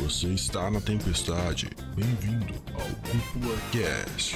Você está na tempestade. Bem-vindo ao Cúpula Cast.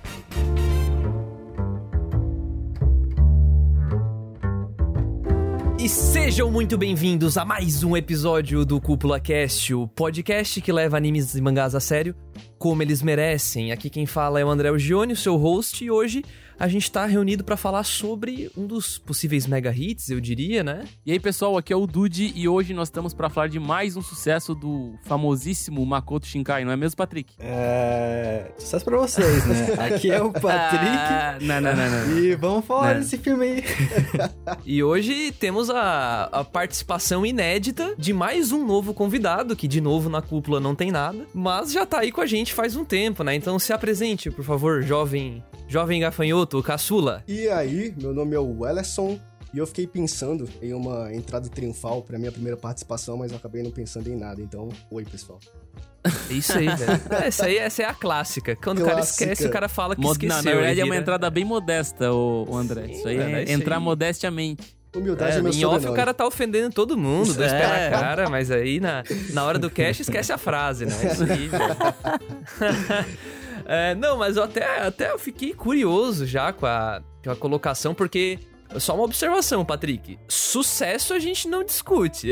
E sejam muito bem-vindos a mais um episódio do Cúpula Cast, o podcast que leva animes e mangás a sério como eles merecem. Aqui quem fala é o André Gione, o seu host, e hoje a gente tá reunido pra falar sobre um dos possíveis mega hits, eu diria, né? E aí, pessoal, aqui é o Dude e hoje nós estamos pra falar de mais um sucesso do famosíssimo Makoto Shinkai, não é mesmo, Patrick? Sucesso pra vocês, né? Aqui é o Patrick. Não. E vamos falar desse filme aí. E hoje temos a participação inédita de mais um novo convidado, que de novo na cúpula não tem nada, mas já tá aí com a gente faz um tempo, né? Então se apresente, por favor, jovem gafanhoto, caçula. E aí, meu nome é o Wellerson e eu fiquei pensando em uma entrada triunfal pra minha primeira participação, mas eu acabei não pensando em nada, então, oi pessoal. Isso aí, velho. Essa é a clássica. Quando o cara esquece, o cara fala que esqueceu. Na verdade é uma entrada bem modesta, o André. Sim, isso aí é entrar modestamente. Humildade é meu em sobrenome. off o cara tá ofendendo todo mundo, dois pés na cara, mas aí na hora do cast esquece a frase, né? Isso aí, velho. Não, mas eu até eu fiquei curioso já com a colocação, porque... Só uma observação, Patrick. Sucesso a gente não discute.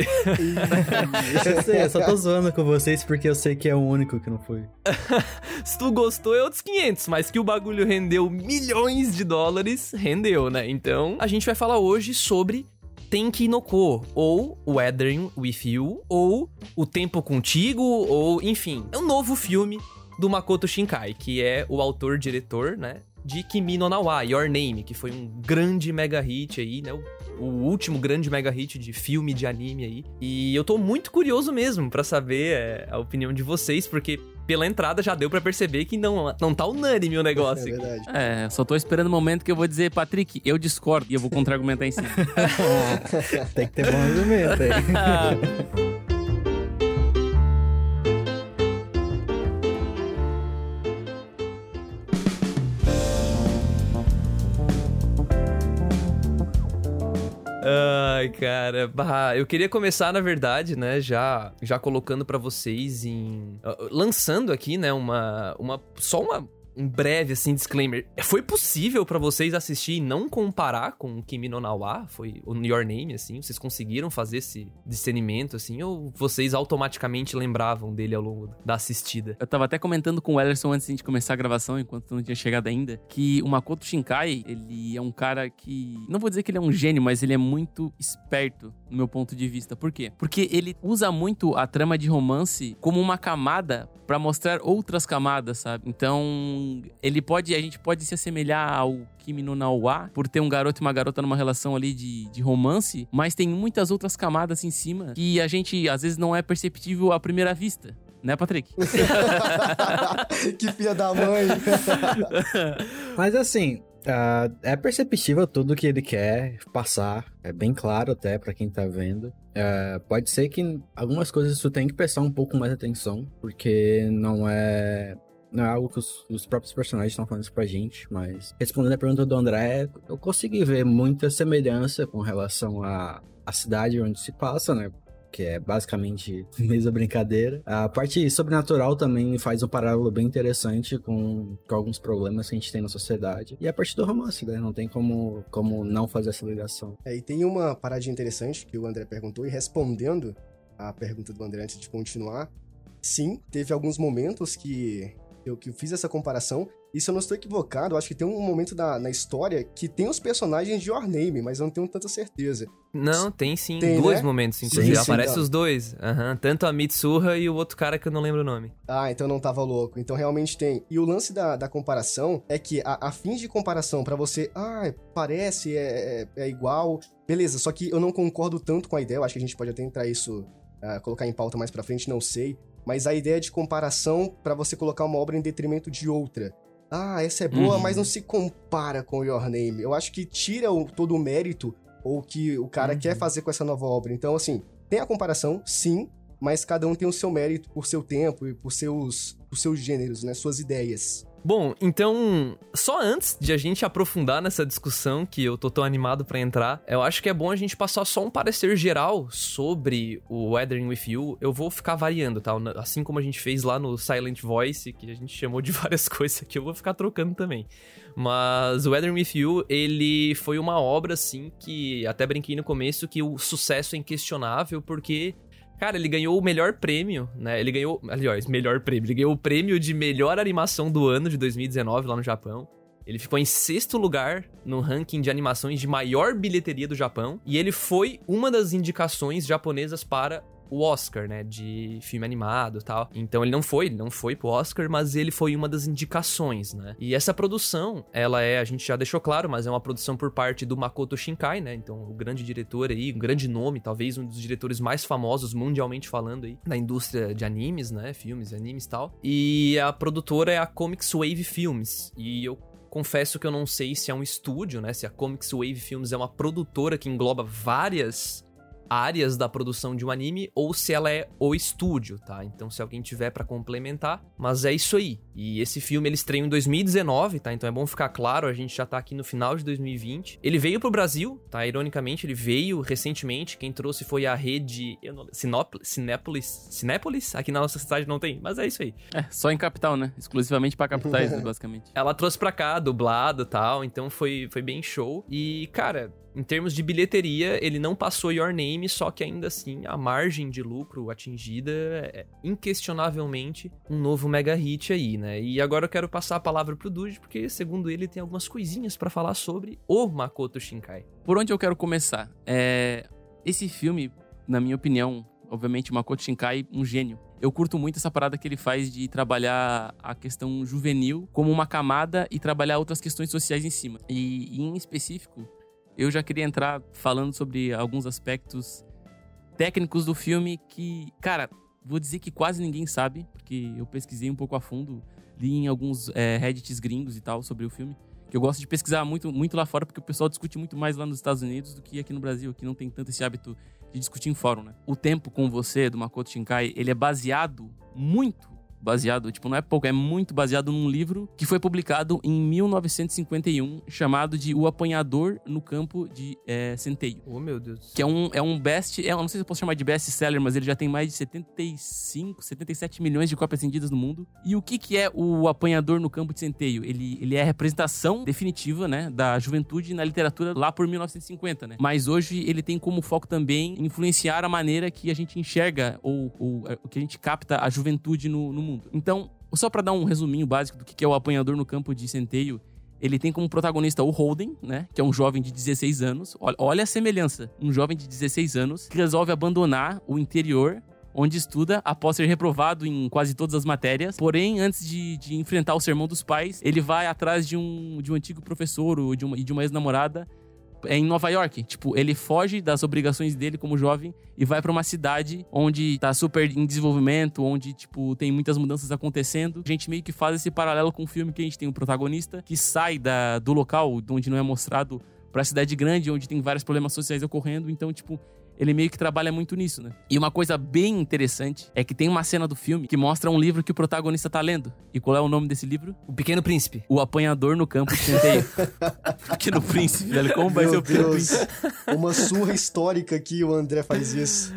Eu sei, eu só tô zoando com vocês porque eu sei que é o único que não foi. Se tu gostou é outros 500, mas que o bagulho rendeu milhões de dólares, rendeu, né? Então, a gente vai falar hoje sobre Tenki no Ko, ou Weathering with You, ou O Tempo Contigo, ou enfim, é um novo filme do Makoto Shinkai, que é o autor-diretor, né? De Kimi no Na wa, Your Name, que foi um grande mega hit aí, né? O último grande mega hit de filme, de anime aí. E eu tô muito curioso mesmo pra saber a opinião de vocês, porque pela entrada já deu pra perceber que não tá unânime o negócio. É verdade. Só tô esperando o momento que eu vou dizer, Patrick, eu discordo, e eu vou contra-argumentar em cima. Tem que ter bom argumento aí. Ai, cara, eu queria começar, na verdade, né, já colocando pra vocês lançando aqui, né, um breve, assim, disclaimer. Foi possível pra vocês assistir e não comparar com Kimi no Na wa? Foi o Your Name, assim? Vocês conseguiram fazer esse discernimento, assim? Ou vocês automaticamente lembravam dele ao longo da assistida? Eu tava até comentando com o Wellerson antes de começar a gravação, enquanto não tinha chegado ainda, que o Makoto Shinkai, ele é um cara que... Não vou dizer que ele é um gênio, mas ele é muito esperto, no meu ponto de vista. Por quê? Porque ele usa muito a trama de romance como uma camada pra mostrar outras camadas, sabe? Então, a gente pode se assemelhar ao Kimi no Na wa por ter um garoto e uma garota numa relação ali de romance, mas tem muitas outras camadas em cima que a gente, às vezes, não é perceptível à primeira vista. Né, Patrick? Que filha da mãe! Mas assim, é perceptível tudo que ele quer passar. É bem claro até pra quem tá vendo. Pode ser que algumas coisas tu tem que prestar um pouco mais atenção, porque não é algo que os próprios personagens estão falando isso pra gente, mas respondendo a pergunta do André, eu consegui ver muita semelhança com relação à cidade onde se passa, né? Que é basicamente a mesma brincadeira. A parte sobrenatural também faz um paralelo bem interessante com alguns problemas que a gente tem na sociedade. E a parte do romance, né? Não tem como não fazer essa ligação. E tem uma paradinha interessante que o André perguntou, e respondendo a pergunta do André antes de continuar, sim, teve alguns momentos que eu fiz essa comparação, e se eu não estou equivocado, eu acho que tem um momento na história que tem os personagens de Your Name, mas eu não tenho tanta certeza. Não, tem sim. Tem, dois né? momentos, inclusive. Sim, Aparece então. os dois. Tanto a Mitsuha e o outro cara que eu não lembro o nome. Ah, então não tava louco. Então realmente tem. E o lance da comparação é que a fins de comparação pra você, parece, é igual, beleza, só que eu não concordo tanto com a ideia, eu acho que a gente pode até entrar isso, colocar em pauta mais pra frente, não sei, mas a ideia de comparação pra você colocar uma obra em detrimento de outra. Essa é boa, mas não se compara com Your Name. Eu acho que tira todo o mérito ou que o cara quer fazer com essa nova obra. Então, assim, tem a comparação, sim, mas cada um tem o seu mérito por seu tempo e por seus gêneros, né? Suas ideias. Bom, então, só antes de a gente aprofundar nessa discussão, que eu tô tão animado pra entrar, eu acho que é bom a gente passar só um parecer geral sobre o Weathering With You. Eu vou ficar variando, tá? Assim como a gente fez lá no Silent Voice, que a gente chamou de várias coisas aqui, eu vou ficar trocando também. Mas o Weathering With You, ele foi uma obra, assim, que até brinquei no começo que o sucesso é inquestionável, porque... Cara, ele ganhou o melhor prêmio, né? Ele ganhou o prêmio de melhor animação do ano de 2019 lá no Japão. Ele ficou em 6º lugar no ranking de animações de maior bilheteria do Japão. E ele foi uma das indicações japonesas para o Oscar, né? De filme animado e tal. Então ele não foi pro Oscar, mas ele foi uma das indicações, né? E essa produção, ela a gente já deixou claro, mas é uma produção por parte do Makoto Shinkai, né? Então o grande diretor aí, um grande nome, talvez um dos diretores mais famosos mundialmente falando aí, na indústria de animes, né? Filmes, animes e tal. E a produtora é a Comics Wave Films. E eu confesso que eu não sei se é um estúdio, né? Se a Comics Wave Films é uma produtora que engloba várias áreas da produção de um anime, ou se ela é o estúdio, tá? Então, se alguém tiver pra complementar, mas é isso aí. E esse filme, ele estreou em 2019, tá? Então é bom ficar claro, a gente já tá aqui no final de 2020. Ele veio pro Brasil, tá? Ironicamente, ele veio recentemente, quem trouxe foi a rede Cinépolis? Aqui na nossa cidade não tem, mas é isso aí. Só em capital, né? Exclusivamente pra capitais, basicamente. Ela trouxe pra cá, dublado e tal, então foi bem show. E, cara... Em termos de bilheteria, ele não passou Your Name, só que ainda assim a margem de lucro atingida é inquestionavelmente um novo mega hit aí, né? E agora eu quero passar a palavra pro Dude, porque segundo ele tem algumas coisinhas pra falar sobre o Makoto Shinkai. Por onde eu quero começar? Esse filme, na minha opinião, obviamente o Makoto Shinkai, um gênio. Eu curto muito essa parada que ele faz de trabalhar a questão juvenil como uma camada e trabalhar outras questões sociais em cima. E em específico... Eu já queria entrar falando sobre alguns aspectos técnicos do filme que, cara, vou dizer que quase ninguém sabe, porque eu pesquisei um pouco a fundo, li em alguns Reddits gringos e tal sobre o filme, que eu gosto de pesquisar muito, muito lá fora, porque o pessoal discute muito mais lá nos Estados Unidos do que aqui no Brasil, que não tem tanto esse hábito de discutir em fórum, né? O Tempo com Você, do Makoto Shinkai, ele é não é pouco, é muito baseado num livro que foi publicado em 1951, chamado de O Apanhador no Campo de Centeio. Oh, meu Deus. Que é um eu não sei se eu posso chamar de best-seller, mas ele já tem mais de 77 milhões de cópias vendidas no mundo. E o que é o Apanhador no Campo de Centeio? Ele é a representação definitiva, né, da juventude na literatura lá por 1950, né? Mas hoje ele tem como foco também influenciar a maneira que a gente enxerga ou que a gente capta a juventude no mundo. Então, só pra dar um resuminho básico do que é o Apanhador no Campo de Centeio, ele tem como protagonista o Holden, né? Que é um jovem de 16 anos. Olha a semelhança. Um jovem de 16 anos que resolve abandonar o interior onde estuda após ser reprovado em quase todas as matérias. Porém, antes de enfrentar o sermão dos pais, ele vai atrás de um antigo professor ou de uma ex-namorada em Nova York. Tipo, ele foge das obrigações dele como jovem e vai pra uma cidade onde tá super em desenvolvimento, onde, tipo, tem muitas mudanças acontecendo. A gente meio que faz esse paralelo com o filme que a gente tem um protagonista que sai do local onde não é mostrado pra cidade grande, onde tem vários problemas sociais ocorrendo. Então, tipo, ele meio que trabalha muito nisso, né? E uma coisa bem interessante é que tem uma cena do filme que mostra um livro que o protagonista tá lendo. E qual é o nome desse livro? O Pequeno Príncipe. O Apanhador no Campo de Centeio. Pequeno Príncipe, velho. Como vai ser o Pequeno Príncipe? Uma surra histórica que o André faz isso.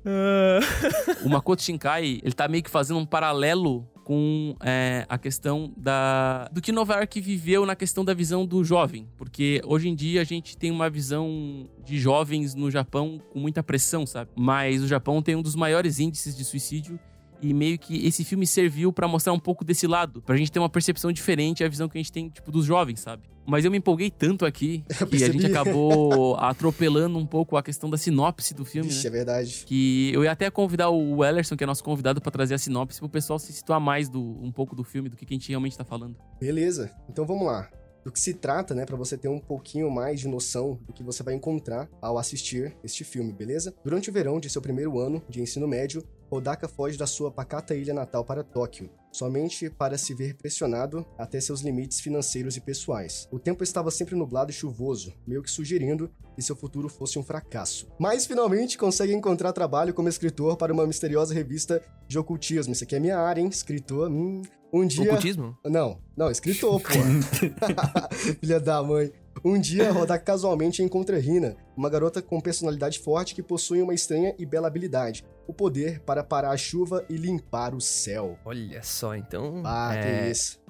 O Makoto Shinkai, ele tá meio que fazendo um paralelo com a questão do que Nova York viveu na questão da visão do jovem. Porque hoje em dia a gente tem uma visão de jovens no Japão com muita pressão, sabe? Mas o Japão tem um dos maiores índices de suicídio e meio que esse filme serviu pra mostrar um pouco desse lado. Pra gente ter uma percepção diferente, a visão que a gente tem, tipo, dos jovens, sabe? Mas eu me empolguei tanto aqui que a gente acabou atropelando um pouco a questão da sinopse do filme, Vixe, né? É verdade. Que eu ia até convidar o Ellerson, que é nosso convidado, pra trazer a sinopse pro pessoal se situar mais um pouco do filme, do que a gente realmente tá falando. Beleza, então vamos lá. Do que se trata, né, pra você ter um pouquinho mais de noção do que você vai encontrar ao assistir este filme, beleza? Durante o verão de seu primeiro ano de ensino médio, Hodaka foge da sua pacata ilha natal para Tóquio, somente para se ver pressionado até seus limites financeiros e pessoais. O tempo estava sempre nublado e chuvoso, meio que sugerindo que seu futuro fosse um fracasso. Mas finalmente consegue encontrar trabalho como escritor para uma misteriosa revista de ocultismo. Isso aqui é minha área, hein? Escritor. Um dia... Ocultismo? Não, escritor, pô. Filha da mãe. Um dia, Hodaka casualmente encontra Hina, uma garota com personalidade forte que possui uma estranha e bela habilidade, o poder para parar a chuva e limpar o céu. Olha só, então... Que isso.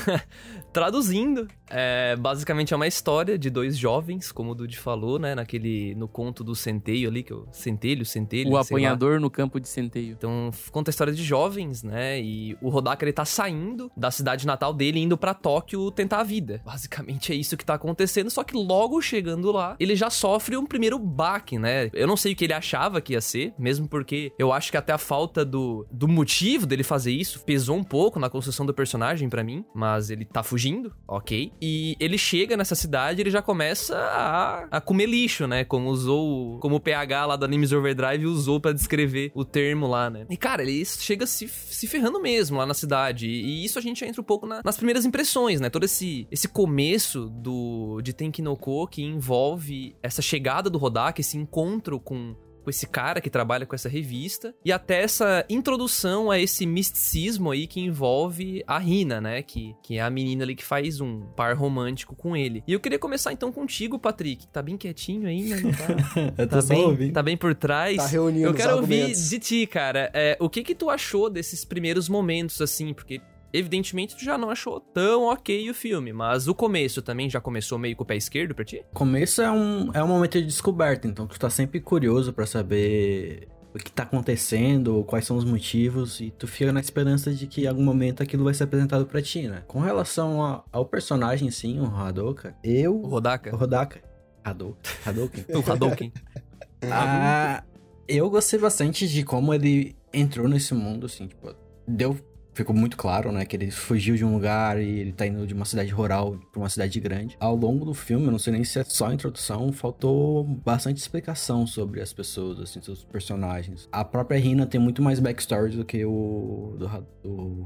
Traduzindo, basicamente é uma história de dois jovens, como o Dude falou, né, no conto do centeio ali, que é o centelho, o apanhador no campo de centeio. Então, conta a história de jovens, né, e o Hodaka, ele tá saindo da cidade natal dele, indo pra Tóquio tentar a vida. Basicamente é isso que tá acontecendo, só que logo chegando lá, ele já sofre um primeiro baque, né. Eu não sei o que ele achava que ia ser, mesmo porque eu acho que até a falta do motivo dele fazer isso pesou um pouco na construção do personagem pra mim, mas ele tá fugindo, ok. E ele chega nessa cidade, ele já começa a comer lixo, né? Como o PH lá do Animes Overdrive usou pra descrever o termo lá, né? E, cara, ele chega se ferrando mesmo lá na cidade. E isso a gente entra um pouco nas primeiras impressões, né? Todo esse começo de Tenki no Ko, que envolve essa chegada do Hodaka, esse encontro com esse cara que trabalha com essa revista, e até essa introdução a esse misticismo aí que envolve a Hina, né, que é a menina ali que faz um par romântico com ele. E eu queria começar então contigo, Patrick, que tá bem quietinho aí, né, não tá? Eu tô só ouvindo. Tá bem por trás. Tá reunindo eu quero os ouvir argumentos. de ti, cara, o que tu achou desses primeiros momentos, assim, porque... Evidentemente, tu já não achou tão ok o filme, mas o começo também já começou meio com o pé esquerdo pra ti? O começo é um momento de descoberta, então tu tá sempre curioso pra saber o que tá acontecendo, quais são os motivos, e tu fica na esperança de que em algum momento aquilo vai ser apresentado pra ti, né? Com relação ao personagem, sim, o Hadouken, O Hodaka? Hadouken. O Hadouken. Eu gostei bastante de como ele entrou nesse mundo, assim, tipo, ficou muito claro, né, que ele fugiu de um lugar e ele tá indo de uma cidade rural pra uma cidade grande. Ao longo do filme, eu não sei nem se é só a introdução, faltou bastante explicação sobre as pessoas, assim, seus personagens. A própria Hina tem muito mais backstory do que o do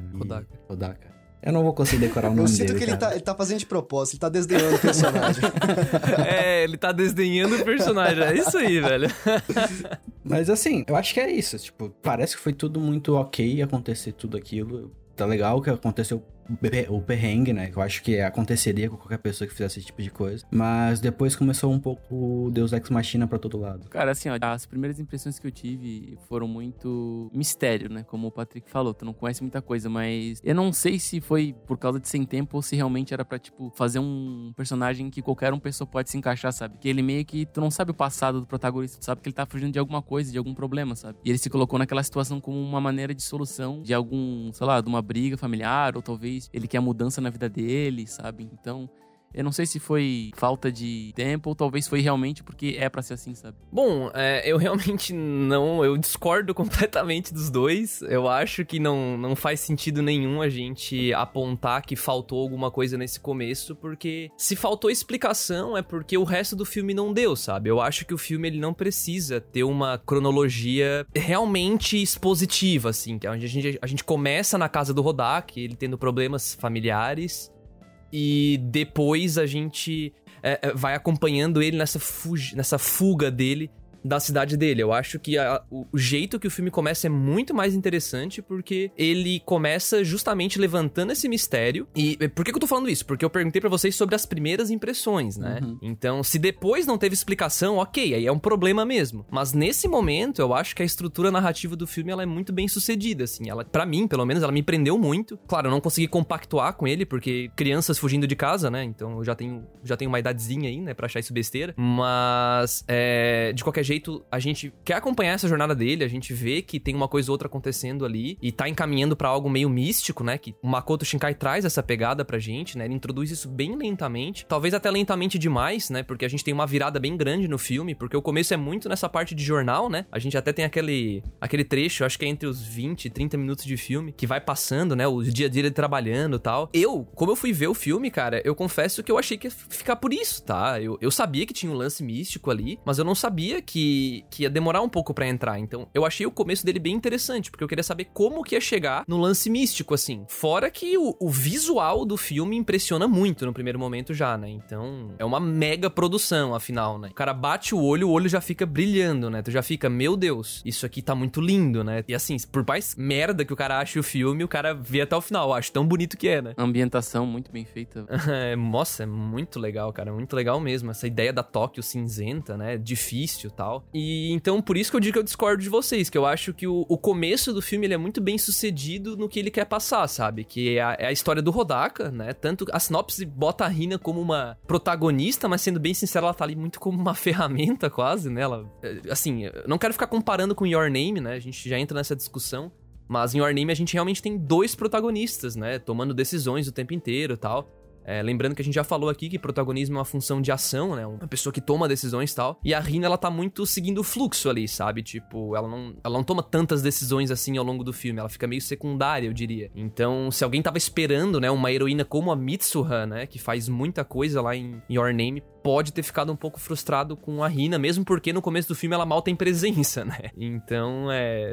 Hodaka. Eu não vou conseguir decorar o nome dele. Eu sinto que ele tá fazendo de propósito, ele tá desdenhando o personagem. Ele tá desdenhando o personagem, é isso aí, velho. Mas assim, eu acho que é isso, tipo, parece que foi tudo muito ok acontecer tudo aquilo. Tá legal que aconteceu o perrengue, né? Que eu acho que aconteceria com qualquer pessoa que fizesse esse tipo de coisa. Mas depois começou um pouco o Deus Ex Machina pra todo lado. Cara, assim, ó, as primeiras impressões que eu tive foram muito mistério, né? Como o Patrick falou, tu não conhece muita coisa, mas eu não sei se foi por causa de sem tempo ou se realmente era pra, tipo, fazer um personagem que qualquer pessoa pode se encaixar, sabe? Que ele meio que, tu não sabe o passado do protagonista, tu sabe que ele tá fugindo de alguma coisa, de algum problema, sabe? E ele se colocou naquela situação como uma maneira de solução de algum, sei lá, de uma briga familiar, ou talvez ele quer mudança na vida dele, sabe? Então, eu não sei se foi falta de tempo ou talvez foi realmente porque é pra ser assim, sabe? Bom, eu realmente não... Eu discordo completamente dos dois. Eu acho que não faz sentido nenhum a gente apontar que faltou alguma coisa nesse começo, porque se faltou explicação é porque o resto do filme não deu, sabe? Eu acho que o filme ele não precisa ter uma cronologia realmente expositiva, assim. A gente começa na casa do Hodaka, ele tendo problemas familiares... E depois a gente vai acompanhando ele nessa fuga dele da cidade dele. Eu acho que o jeito que o filme começa é muito mais interessante porque ele começa justamente levantando esse mistério. E por que eu tô falando isso? Porque eu perguntei pra vocês sobre as primeiras impressões, né? Uhum. Então, se depois não teve explicação, ok, aí é um problema mesmo. Mas nesse momento, eu acho que a estrutura narrativa do filme ela é muito bem sucedida, assim. Ela, pra mim, pelo menos, ela me prendeu muito. Claro, eu não consegui compactuar com ele, porque crianças fugindo de casa, né? Então, eu já tenho uma idadezinha aí, né? Pra achar isso besteira. Mas, de qualquer jeito, a gente quer acompanhar essa jornada dele, a gente vê que tem uma coisa ou outra acontecendo ali e tá encaminhando pra algo meio místico, né? Que o Makoto Shinkai traz essa pegada pra gente, né? Ele introduz isso bem lentamente, talvez até lentamente demais, né? Porque a gente tem uma virada bem grande no filme, porque o começo é muito nessa parte de jornal, né? A gente até tem aquele trecho, acho que é entre os 20 e 30 minutos de filme, que vai passando, né? O dia a dia dele trabalhando e tal. Como eu fui ver o filme, cara, eu confesso que eu achei que ia ficar por isso, tá? Eu sabia que tinha um lance místico ali, mas eu não sabia que que ia demorar um pouco pra entrar. Então, eu achei o começo dele bem interessante, porque eu queria saber como que ia chegar no lance místico, assim. Fora que o visual do filme impressiona muito no primeiro momento já, né? Então, é uma mega produção, afinal, né? O cara bate o olho já fica brilhando, né? Tu já fica, meu Deus, isso aqui tá muito lindo, né? E assim, por mais merda que o cara ache o filme, o cara vê até o final. Eu acho tão bonito que é, né? A ambientação muito bem feita. Nossa, é muito legal, cara. Muito legal mesmo. Essa ideia da Tóquio cinzenta, né? Difícil e tal. E então, por isso que eu digo que eu discordo de vocês, que eu acho que o começo do filme ele é muito bem sucedido no que ele quer passar, sabe? Que é a história do Hodaka, né? Tanto a sinopse bota a Hina como uma protagonista, mas sendo bem sincera, ela tá ali muito como uma ferramenta quase, né? Ela, assim, eu não quero ficar comparando com Your Name, né? A gente já entra nessa discussão. Mas em Your Name a gente realmente tem 2 protagonistas, né? Tomando decisões o tempo inteiro e tal. Lembrando que a gente já falou aqui que protagonismo é uma função de ação, né? Uma pessoa que toma decisões e tal. E a Hina, ela tá muito seguindo o fluxo ali, sabe? Tipo, ela não toma tantas decisões assim ao longo do filme. Ela fica meio secundária, eu diria. Então, se alguém tava esperando, né? Uma heroína como a Mitsuha, né? Que faz muita coisa lá em Your Name, pode ter ficado um pouco frustrado com a Hina, mesmo porque no começo do filme ela mal tem presença, né? Então,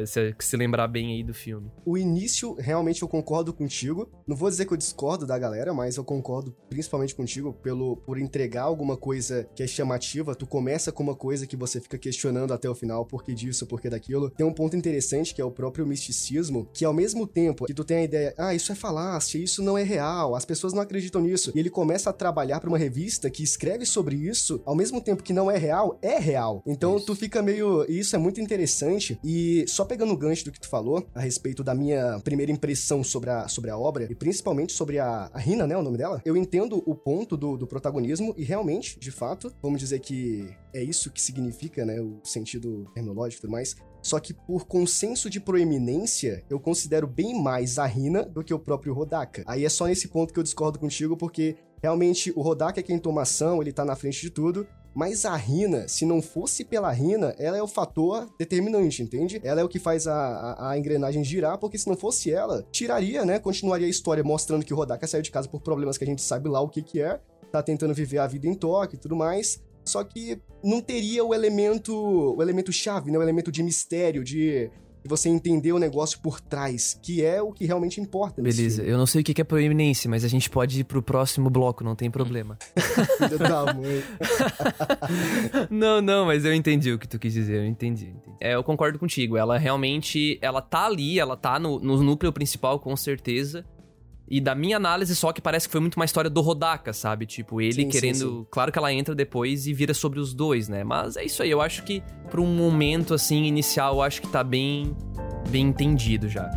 se lembrar bem aí do filme. O início, realmente eu concordo contigo. Não vou dizer que eu discordo da galera, mas eu concordo principalmente contigo por entregar alguma coisa que é chamativa. Tu começa com uma coisa que você fica questionando até o final, por que disso, por que daquilo. Tem um ponto interessante que é o próprio misticismo, que ao mesmo tempo que tu tem a ideia, isso é falácia, isso não é real, as pessoas não acreditam nisso, e ele começa a trabalhar pra uma revista que escreve sobre isso, ao mesmo tempo que não é real, é real. Então tu fica meio... E isso é muito interessante. E só pegando o gancho do que tu falou, a respeito da minha primeira impressão sobre a obra, e principalmente sobre a Hina, né, o nome dela, eu entendo o ponto do protagonismo, e realmente, de fato, vamos dizer que é isso que significa, né, o sentido terminológico e tudo mais. Só que por consenso de proeminência, eu considero bem mais a Hina do que o próprio Hodaka. Aí é só nesse ponto que eu discordo contigo, porque realmente o Hodaka é quem toma ação, ele tá na frente de tudo, mas a Hina, se não fosse pela Hina, ela é o fator determinante, entende? Ela é o que faz a engrenagem girar, porque se não fosse ela, tiraria, né? Continuaria a história mostrando que o Hodaka saiu de casa por problemas que a gente sabe lá o que é, tá tentando viver a vida em Tóquio e tudo mais, só que não teria o elemento chave, né? O elemento de mistério, de você entender o negócio por trás, que é o que realmente importa. Beleza, eu não sei o que é proeminência, mas a gente pode ir pro próximo bloco, não tem problema. Filho da mãe. Não, mas eu entendi o que tu quis dizer, eu entendi. Eu concordo contigo, ela realmente, ela tá ali, ela tá no núcleo principal, com certeza. E da minha análise, só que parece que foi muito uma história do Hodaka, sabe? Tipo, ele sim, querendo... Sim. Claro que ela entra depois e vira sobre os dois, né? Mas é isso aí, eu acho que pra um momento, assim, inicial, eu acho que tá bem entendido já.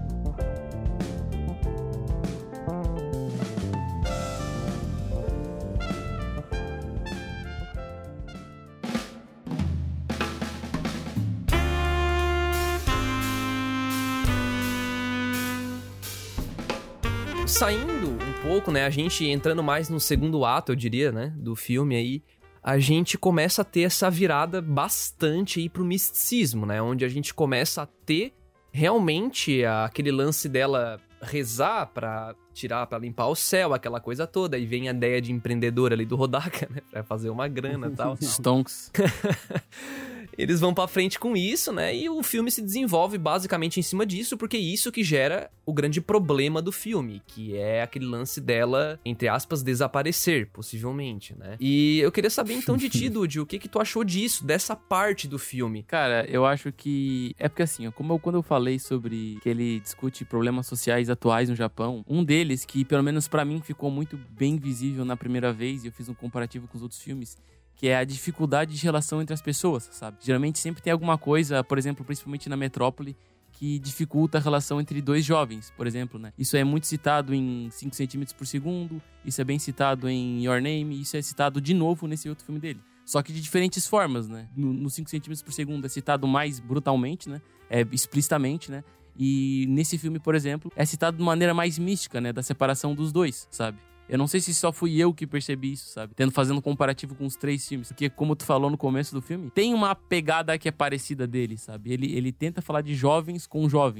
Saindo um pouco, né, a gente entrando mais no segundo ato, eu diria, né, do filme aí, a gente começa a ter essa virada bastante aí pro misticismo, né, onde a gente começa a ter realmente aquele lance dela rezar pra limpar o céu, aquela coisa toda, e vem a ideia de empreendedor ali do Hodaka, né, pra fazer uma grana e tal. Stonks. Eles vão pra frente com isso, né? E o filme se desenvolve basicamente em cima disso, porque é isso que gera o grande problema do filme, que é aquele lance dela, entre aspas, desaparecer, possivelmente, né? E eu queria saber então de ti, Dude, o que tu achou disso, dessa parte do filme? Cara, eu acho que... É porque assim, quando eu falei sobre que ele discute problemas sociais atuais no Japão, um deles, que pelo menos pra mim ficou muito bem visível na primeira vez, e eu fiz um comparativo com os outros filmes, que é a dificuldade de relação entre as pessoas, sabe? Geralmente sempre tem alguma coisa, por exemplo, principalmente na metrópole, que dificulta a relação entre dois jovens, por exemplo, né? Isso é muito citado em 5 centímetros por segundo, isso é bem citado em Your Name, isso é citado de novo nesse outro filme dele. Só que de diferentes formas, né? No 5 centímetros por segundo é citado mais brutalmente, né? Explicitamente, né? E nesse filme, por exemplo, é citado de maneira mais mística, né? Da separação dos dois, sabe? Eu não sei se só fui eu que percebi isso, sabe? Fazendo um comparativo com os 3 filmes. Porque, como tu falou no começo do filme, tem uma pegada que é parecida dele, sabe? Ele tenta falar de jovens com jovens.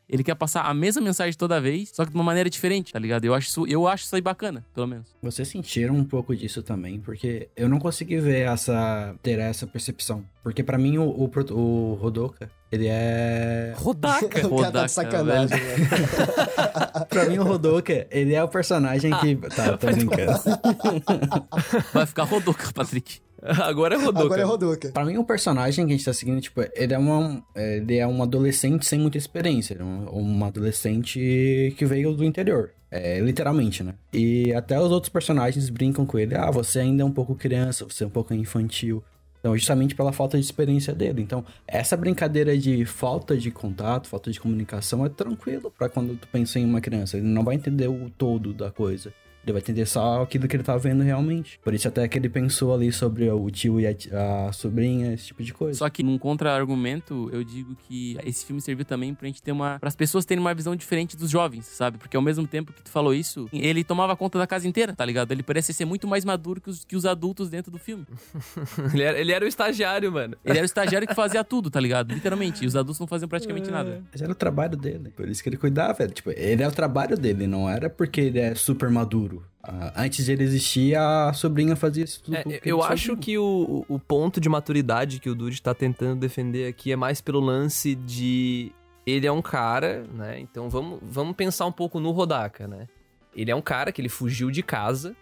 Ele quer passar a mesma mensagem toda vez, só que de uma maneira diferente, tá ligado? Eu acho isso aí bacana, pelo menos. Vocês sentiram um pouco disso também, porque eu não consegui ter essa percepção. Porque pra mim o Rodoka, ele é... Rodaka! O cara tá de sacanagem, né? Pra mim o Rodoka, ele é o personagem que... Tá, tô brincando. Vai ficar Rodoka, Patrick. Agora é Rodoka. Agora é Rodoka. Pra mim o personagem que a gente tá seguindo, tipo, ele é um adolescente sem muita experiência. Ele é um adolescente que veio do interior. Literalmente, né? E até os outros personagens brincam com ele. Ah, você ainda é um pouco criança, você é um pouco infantil. Então, justamente pela falta de experiência dele. Então, essa brincadeira de falta de contato, falta de comunicação é tranquilo pra quando tu pensa em uma criança. Ele não vai entender o todo da coisa. Ele vai entender só aquilo que ele tá vendo realmente. Por isso até que ele pensou ali sobre o tio e a sobrinha, esse tipo de coisa. Só que num contra-argumento, eu digo que esse filme serviu também pra gente ter pras pessoas terem uma visão diferente dos jovens, sabe? Porque ao mesmo tempo que tu falou isso, ele tomava conta da casa inteira, tá ligado? Ele parecia ser muito mais maduro que os adultos dentro do filme. Ele era o estagiário, mano. Ele era o estagiário que fazia tudo, tá ligado? Literalmente. E os adultos não faziam praticamente nada. Mas era o trabalho dele. Por isso que ele cuidava. Tipo, ele é o trabalho dele, não era porque ele é super maduro. Antes de ele existir, a sobrinha fazia isso tudo. Eu acho que o ponto de maturidade que o Dude tá tentando defender aqui é mais pelo lance de... Ele é um cara, né? Então vamos pensar um pouco no Rodaka, né? Ele é um cara que ele fugiu de casa.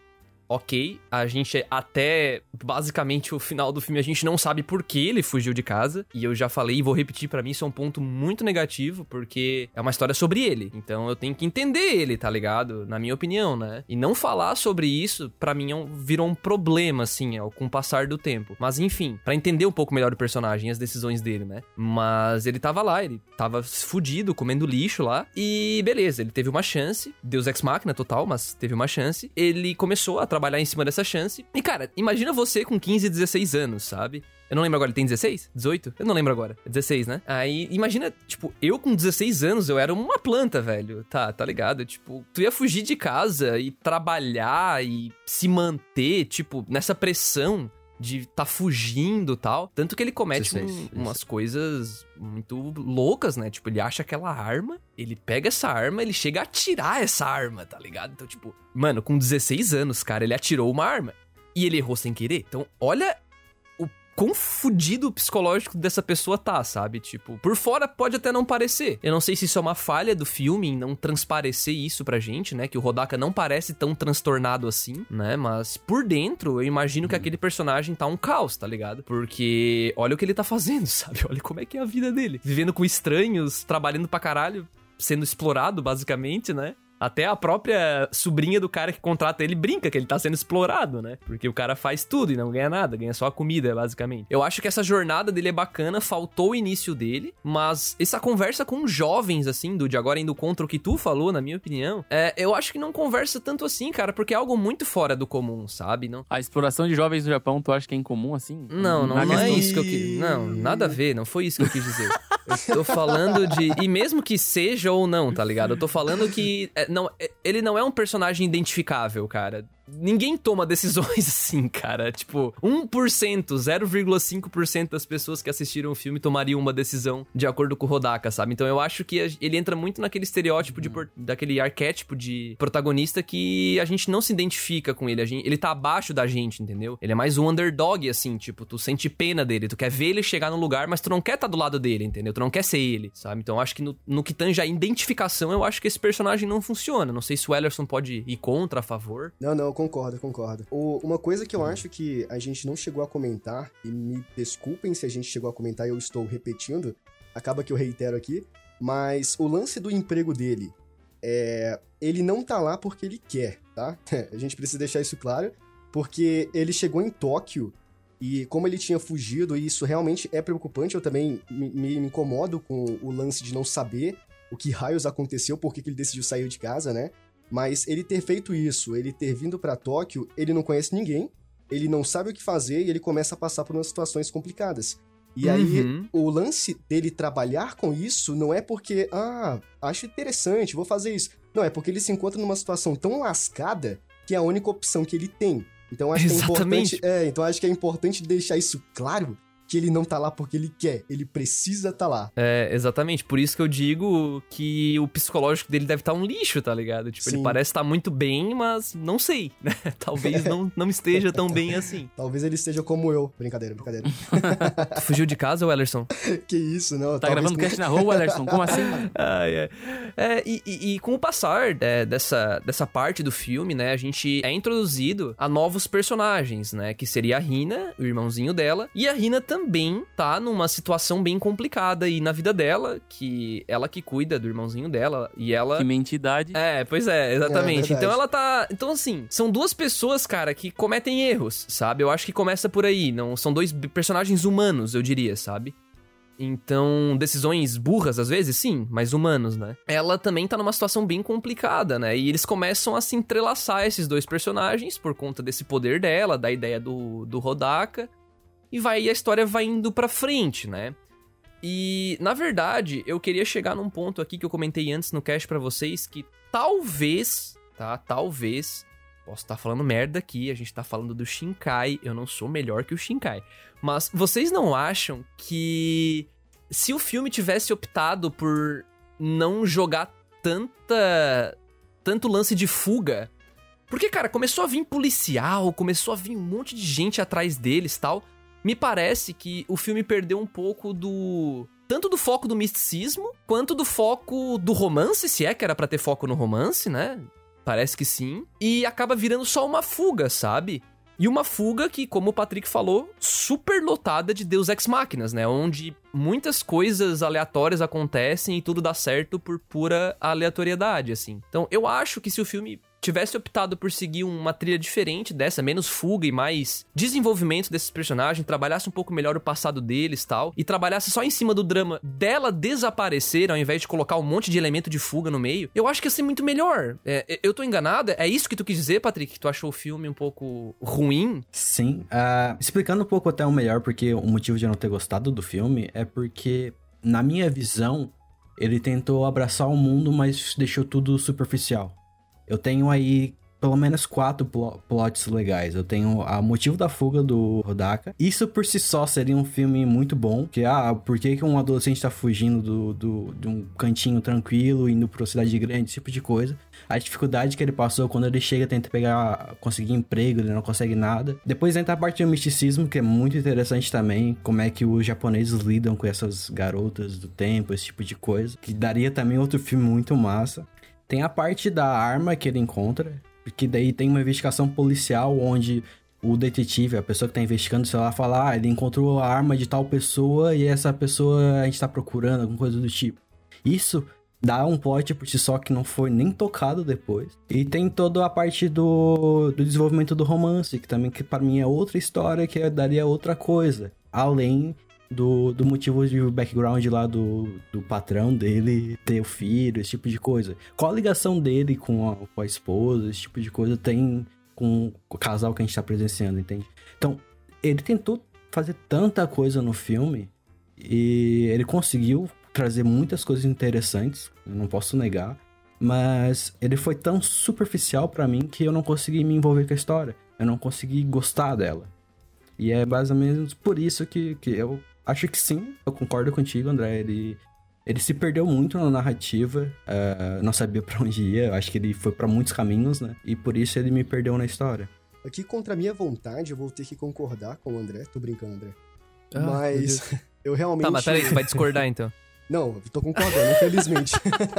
Ok, a gente até basicamente o final do filme a gente não sabe por que ele fugiu de casa. E eu já falei e vou repetir, pra mim isso é um ponto muito negativo, porque é uma história sobre ele. Então eu tenho que entender ele, tá ligado? Na minha opinião, né? E não falar sobre isso, pra mim virou um problema, assim, com o passar do tempo. Mas enfim, pra entender um pouco melhor o personagem e as decisões dele, né? Mas ele tava lá, ele tava fudido, comendo lixo lá. E beleza, ele teve uma chance, Deus Ex Machina total, mas teve uma chance. Ele começou a trabalhar em cima dessa chance. E, cara, imagina você com 15, 16 anos, sabe? Eu não lembro agora, ele tem 16? 18? Eu não lembro agora. É 16, né? Aí, imagina, tipo, eu com 16 anos, eu era uma planta, velho. Tá ligado? Tipo, tu ia fugir de casa e trabalhar e se manter, tipo, nessa pressão de tá fugindo e tal. Tanto que ele comete umas coisas muito loucas, né? Tipo, ele acha aquela arma, ele pega essa arma, ele chega a atirar essa arma, tá ligado? Então, tipo, mano, com 16 anos, cara, ele atirou uma arma e ele errou sem querer. Então, olha o quão fudido o psicológico dessa pessoa tá, sabe? Tipo, por fora pode até não parecer. Eu não sei se isso é uma falha do filme em não transparecer isso pra gente, né? Que o Rodaka não parece tão transtornado assim, né? Mas por dentro, eu imagino que aquele personagem tá um caos, tá ligado? Porque olha o que ele tá fazendo, sabe? Olha como é que é a vida dele. Vivendo com estranhos, trabalhando pra caralho, sendo explorado, basicamente, né? Até a própria sobrinha do cara que contrata ele brinca que ele tá sendo explorado, né? Porque o cara faz tudo e não ganha nada, ganha só a comida, basicamente. Eu acho que essa jornada dele é bacana, faltou o início dele, mas essa conversa com jovens, assim, Dude, agora indo contra o que tu falou, na minha opinião, eu acho que não conversa tanto assim, cara, porque é algo muito fora do comum, sabe? Não... A exploração de jovens no Japão, tu acha que é incomum, assim? Não é isso que eu quis... Não, nada a ver, não foi isso que eu quis dizer. Eu tô falando de... E mesmo que seja ou não, tá ligado? Eu tô falando que... Ele não é um personagem identificável, cara. Ninguém toma decisões assim, cara. Tipo, 1%, 0,5% das pessoas que assistiram o filme tomariam uma decisão de acordo com o Rodaka, sabe? Então eu acho que ele entra muito naquele estereótipo daquele arquétipo de protagonista que a gente não se identifica com ele. Ele tá abaixo da gente, entendeu? Ele é mais um underdog, assim, tipo, tu sente pena dele, tu quer ver ele chegar no lugar, mas tu não quer estar do lado dele, entendeu? Tu não quer ser ele, sabe? Então eu acho que no que tange a identificação, eu acho que esse personagem não funciona. Não sei se o Ellerson pode ir contra, a favor. Não, concordo. Uma coisa que eu acho que a gente não chegou a comentar, e me desculpem se a gente chegou a comentar e eu estou repetindo, acaba que eu reitero aqui, mas o lance do emprego dele, ele não tá lá porque ele quer, tá? A gente precisa deixar isso claro, porque ele chegou em Tóquio e como ele tinha fugido, e isso realmente é preocupante, eu também me incomodo com o lance de não saber o que raios aconteceu, por que ele decidiu sair de casa, né? Mas ele ter feito isso, ele ter vindo pra Tóquio, ele não conhece ninguém, ele não sabe o que fazer e ele começa a passar por umas situações complicadas. E aí, o lance dele trabalhar com isso não é porque, acho interessante, vou fazer isso. Não, é porque ele se encontra numa situação tão lascada que é a única opção que ele tem. Então acho que é importante, então acho que é importante deixar isso claro, que ele não tá lá porque ele quer, ele precisa tá lá. É, exatamente. Por isso que eu digo que o psicológico dele deve estar um lixo, tá ligado? Tipo, Sim. ele parece estar muito bem, mas não sei, né? Talvez não esteja tão bem assim. Talvez ele esteja como eu. Brincadeira. Tu fugiu de casa, Wellerson? Que isso, não. Tá gravando cast na rua, Alerson? Como assim? E com o passar dessa parte do filme, né, a gente é introduzido a novos personagens, né, que seria a Hina, o irmãozinho dela, e a Hina também tá numa situação bem complicada aí na vida dela, que ela que cuida do irmãozinho dela, e ela... Que mentidade. Pois é, exatamente. É, então ela tá... Então, assim, são duas pessoas, cara, que cometem erros, sabe? Eu acho que começa por aí, não são dois personagens humanos, eu diria, sabe? Então, decisões burras, às vezes, sim, mas humanos, né? Ela também tá numa situação bem complicada, né? E eles começam a se entrelaçar, esses dois personagens, por conta desse poder dela, da ideia do Hodaka, e a história vai indo pra frente, né? E, na verdade, eu queria chegar num ponto aqui que eu comentei antes no cast pra vocês, que talvez, posso estar falando merda aqui, a gente tá falando do Shinkai, eu não sou melhor que o Shinkai. Mas vocês não acham que se o filme tivesse optado por não jogar tanto lance de fuga... Porque, cara, começou a vir policial, começou a vir um monte de gente atrás deles e tal. Me parece que o filme perdeu um pouco tanto do foco do misticismo, quanto do foco do romance, se é que era pra ter foco no romance, né? Parece que sim. E acaba virando só uma fuga, sabe? E uma fuga que, como o Patrick falou, super lotada de Deus Ex Máquinas, né? Onde muitas coisas aleatórias acontecem e tudo dá certo por pura aleatoriedade, assim. Então, eu acho que se o filme tivesse optado por seguir uma trilha diferente dessa, menos fuga e mais desenvolvimento desses personagens, trabalhasse um pouco melhor o passado deles e tal, e trabalhasse só em cima do drama dela desaparecer, ao invés de colocar um monte de elemento de fuga no meio, eu acho que ia ser muito melhor. Eu tô enganado? É isso que tu quis dizer, Patrick? Que tu achou o filme um pouco ruim? Sim. Explicando um pouco até o melhor, porque o motivo de eu não ter gostado do filme é porque, na minha visão, ele tentou abraçar o mundo, mas deixou tudo superficial. Eu tenho aí pelo menos 4 plots legais. Eu tenho o motivo da fuga do Hodaka. Isso por si só seria um filme muito bom. Que, por que um adolescente tá fugindo de um cantinho tranquilo, indo pra uma cidade grande, esse tipo de coisa. A dificuldade que ele passou quando ele chega, tenta conseguir emprego, ele não consegue nada. Depois entra a parte do misticismo, que é muito interessante também. Como é que os japoneses lidam com essas garotas do tempo, esse tipo de coisa. Que daria também outro filme muito massa. Tem a parte da arma que ele encontra, porque daí tem uma investigação policial onde o detetive, a pessoa que tá investigando, sei lá, fala, ele encontrou a arma de tal pessoa e essa pessoa a gente tá procurando, alguma coisa do tipo. Isso dá um plot por si só que não foi nem tocado depois. E tem toda a parte do desenvolvimento do romance, que também que para mim é outra história, que daria outra coisa, além do motivo de background lá do patrão dele ter o filho, esse tipo de coisa. Qual a ligação dele com a esposa, esse tipo de coisa tem com o casal que a gente tá presenciando, entende? Então, ele tentou fazer tanta coisa no filme e ele conseguiu trazer muitas coisas interessantes, eu não posso negar, mas ele foi tão superficial pra mim que eu não consegui me envolver com a história, eu não consegui gostar dela. E é mais ou menos por isso que eu acho que sim, eu concordo contigo, André. Ele se perdeu muito na narrativa, não sabia pra onde ia, eu acho que ele foi pra muitos caminhos, né? E por isso ele me perdeu na história. Aqui, contra a minha vontade, eu vou ter que concordar com o André. Tô brincando, André. Ah, mas eu realmente... Tá, mas peraí, tu vai discordar então. Não, eu tô concordando, infelizmente.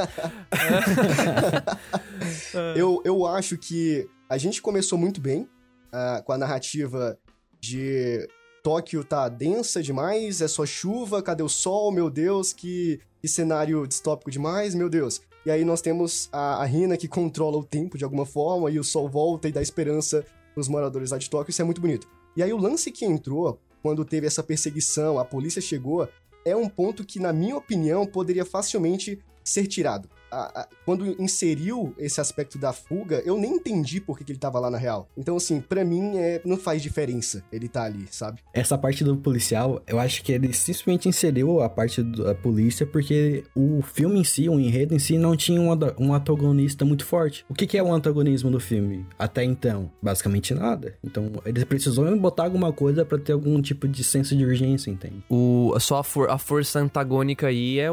eu acho que a gente começou muito bem com a narrativa de Tóquio tá densa demais, é só chuva, cadê o sol, meu Deus, que cenário distópico demais, meu Deus. E aí nós temos a Hina que controla o tempo de alguma forma, e o sol volta e dá esperança pros moradores lá de Tóquio, isso é muito bonito. E aí o lance que entrou, quando teve essa perseguição, a polícia chegou, é um ponto que, na minha opinião, poderia facilmente ser tirado. quando inseriu esse aspecto da fuga, eu nem entendi por que ele tava lá na real. Então, assim, pra mim, não faz diferença ele tá ali, sabe? Essa parte do policial, eu acho que ele simplesmente inseriu a parte da polícia porque o filme em si, o enredo em si, não tinha um antagonista muito forte. O que é o antagonismo do filme? Até então, basicamente nada. Então, eles precisam botar alguma coisa pra ter algum tipo de senso de urgência, entende? Só a força antagônica aí é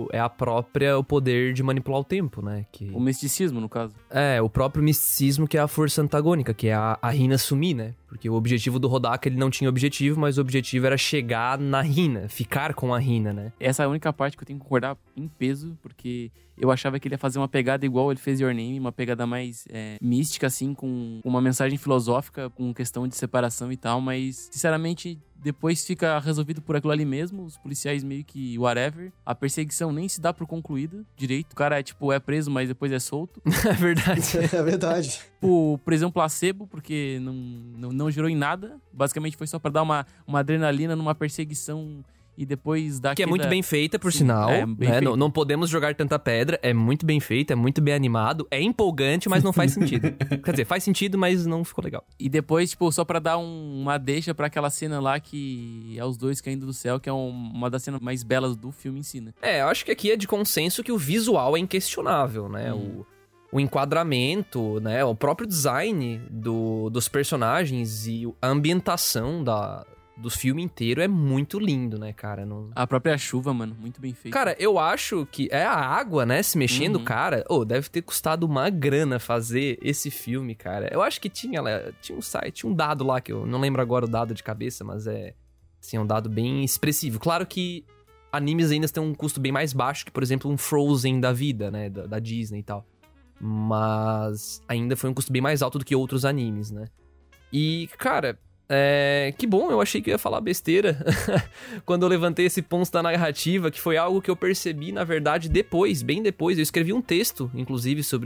o poder de manipular o tempo, né? O misticismo, no caso. O próprio misticismo que é a força antagônica, que é a Hina sumir, né? Porque o objetivo do Hodaka, ele não tinha objetivo, mas o objetivo era chegar na Hina, ficar com a Hina, né? Essa é a única parte que eu tenho que concordar em peso, porque eu achava que ele ia fazer uma pegada igual ele fez em Your Name, uma pegada mais mística, assim, com uma mensagem filosófica, com questão de separação e tal, mas, sinceramente, depois fica resolvido por aquilo ali mesmo, os policiais meio que whatever, a perseguição nem se dá por concluída direito, o cara é preso, mas depois é solto. É verdade. É verdade. Prisão placebo, porque não gerou em nada, basicamente foi só pra dar uma adrenalina numa perseguição e depois dar Que é muito bem feita, por sinal, né? Não podemos jogar tanta pedra, é muito bem feita, é muito bem animado, é empolgante, mas não faz sentido. Quer dizer, faz sentido, mas não ficou legal. E depois, só pra dar uma deixa pra aquela cena lá que é os dois caindo do céu, que é uma das cenas mais belas do filme em si, né? Eu acho que aqui é de consenso que o visual é inquestionável, né? O enquadramento, né? O próprio design dos personagens e a ambientação do filme inteiro é muito lindo, né, cara? A própria chuva, mano, muito bem feita. Cara, eu acho que é a água, né, se mexendo, cara. Deve ter custado uma grana fazer esse filme, cara. Eu acho que tinha um site, um dado lá, que eu não lembro agora o dado de cabeça, mas assim, um dado bem expressivo. Claro que animes ainda têm um custo bem mais baixo que, por exemplo, um Frozen da vida, né, da Disney e tal. Mas ainda foi um custo bem mais alto do que outros animes, né? E, cara... que bom, eu achei que eu ia falar besteira quando eu levantei esse ponto da narrativa, que foi algo que eu percebi, na verdade, bem depois. Eu escrevi um texto, inclusive, sobre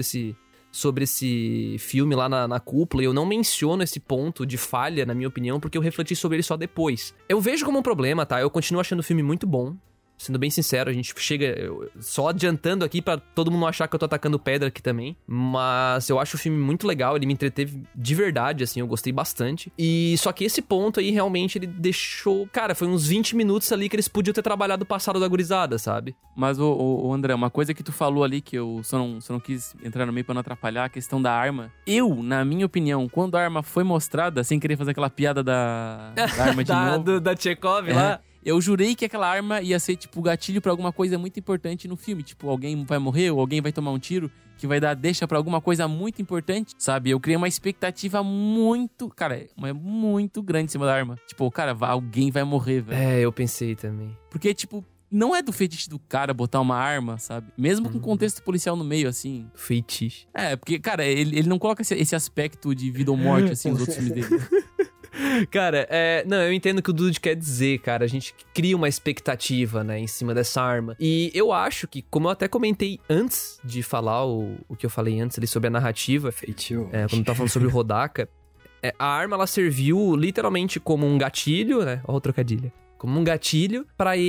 esse filme lá na cúpula, e eu não menciono esse ponto de falha, na minha opinião, porque eu refleti sobre ele só depois. Eu vejo como um problema, tá? Eu continuo achando o filme muito bom. Sendo bem sincero, a gente chega... Só adiantando aqui pra todo mundo não achar que eu tô atacando pedra aqui também. Mas eu acho o filme muito legal, ele me entreteve de verdade, assim, eu gostei bastante. E só que esse ponto aí, realmente, ele deixou... Cara, foi uns 20 minutos ali que eles podiam ter trabalhado o passado da gurizada, sabe? Mas, ô André, uma coisa que tu falou ali, que eu só não quis entrar no meio pra não atrapalhar, a questão da arma. Eu, na minha opinião, quando a arma foi mostrada, sem querer fazer aquela piada da arma de novo... Da Chekhov lá... Eu jurei que aquela arma ia ser, o gatilho pra alguma coisa muito importante no filme. Alguém vai morrer ou alguém vai tomar um tiro que vai dar deixa pra alguma coisa muito importante, sabe? Eu criei uma expectativa muito, cara, muito grande em cima da arma. Alguém vai morrer, velho. Eu pensei também. Porque, não é do fetiche do cara botar uma arma, sabe? Mesmo com contexto policial no meio, assim. Feitiço. Porque, cara, ele não coloca esse aspecto de vida ou morte, assim, nos outros filmes dele. Cara, não, eu entendo o que o Dude quer dizer, cara. A gente cria uma expectativa, né, em cima dessa arma. E eu acho que, como eu até comentei antes de falar o que eu falei antes ali sobre a narrativa... Feitio. Quando eu tava falando sobre o Hodaka, a arma, ela serviu literalmente como um gatilho, né? Ó, o trocadilho. Como um gatilho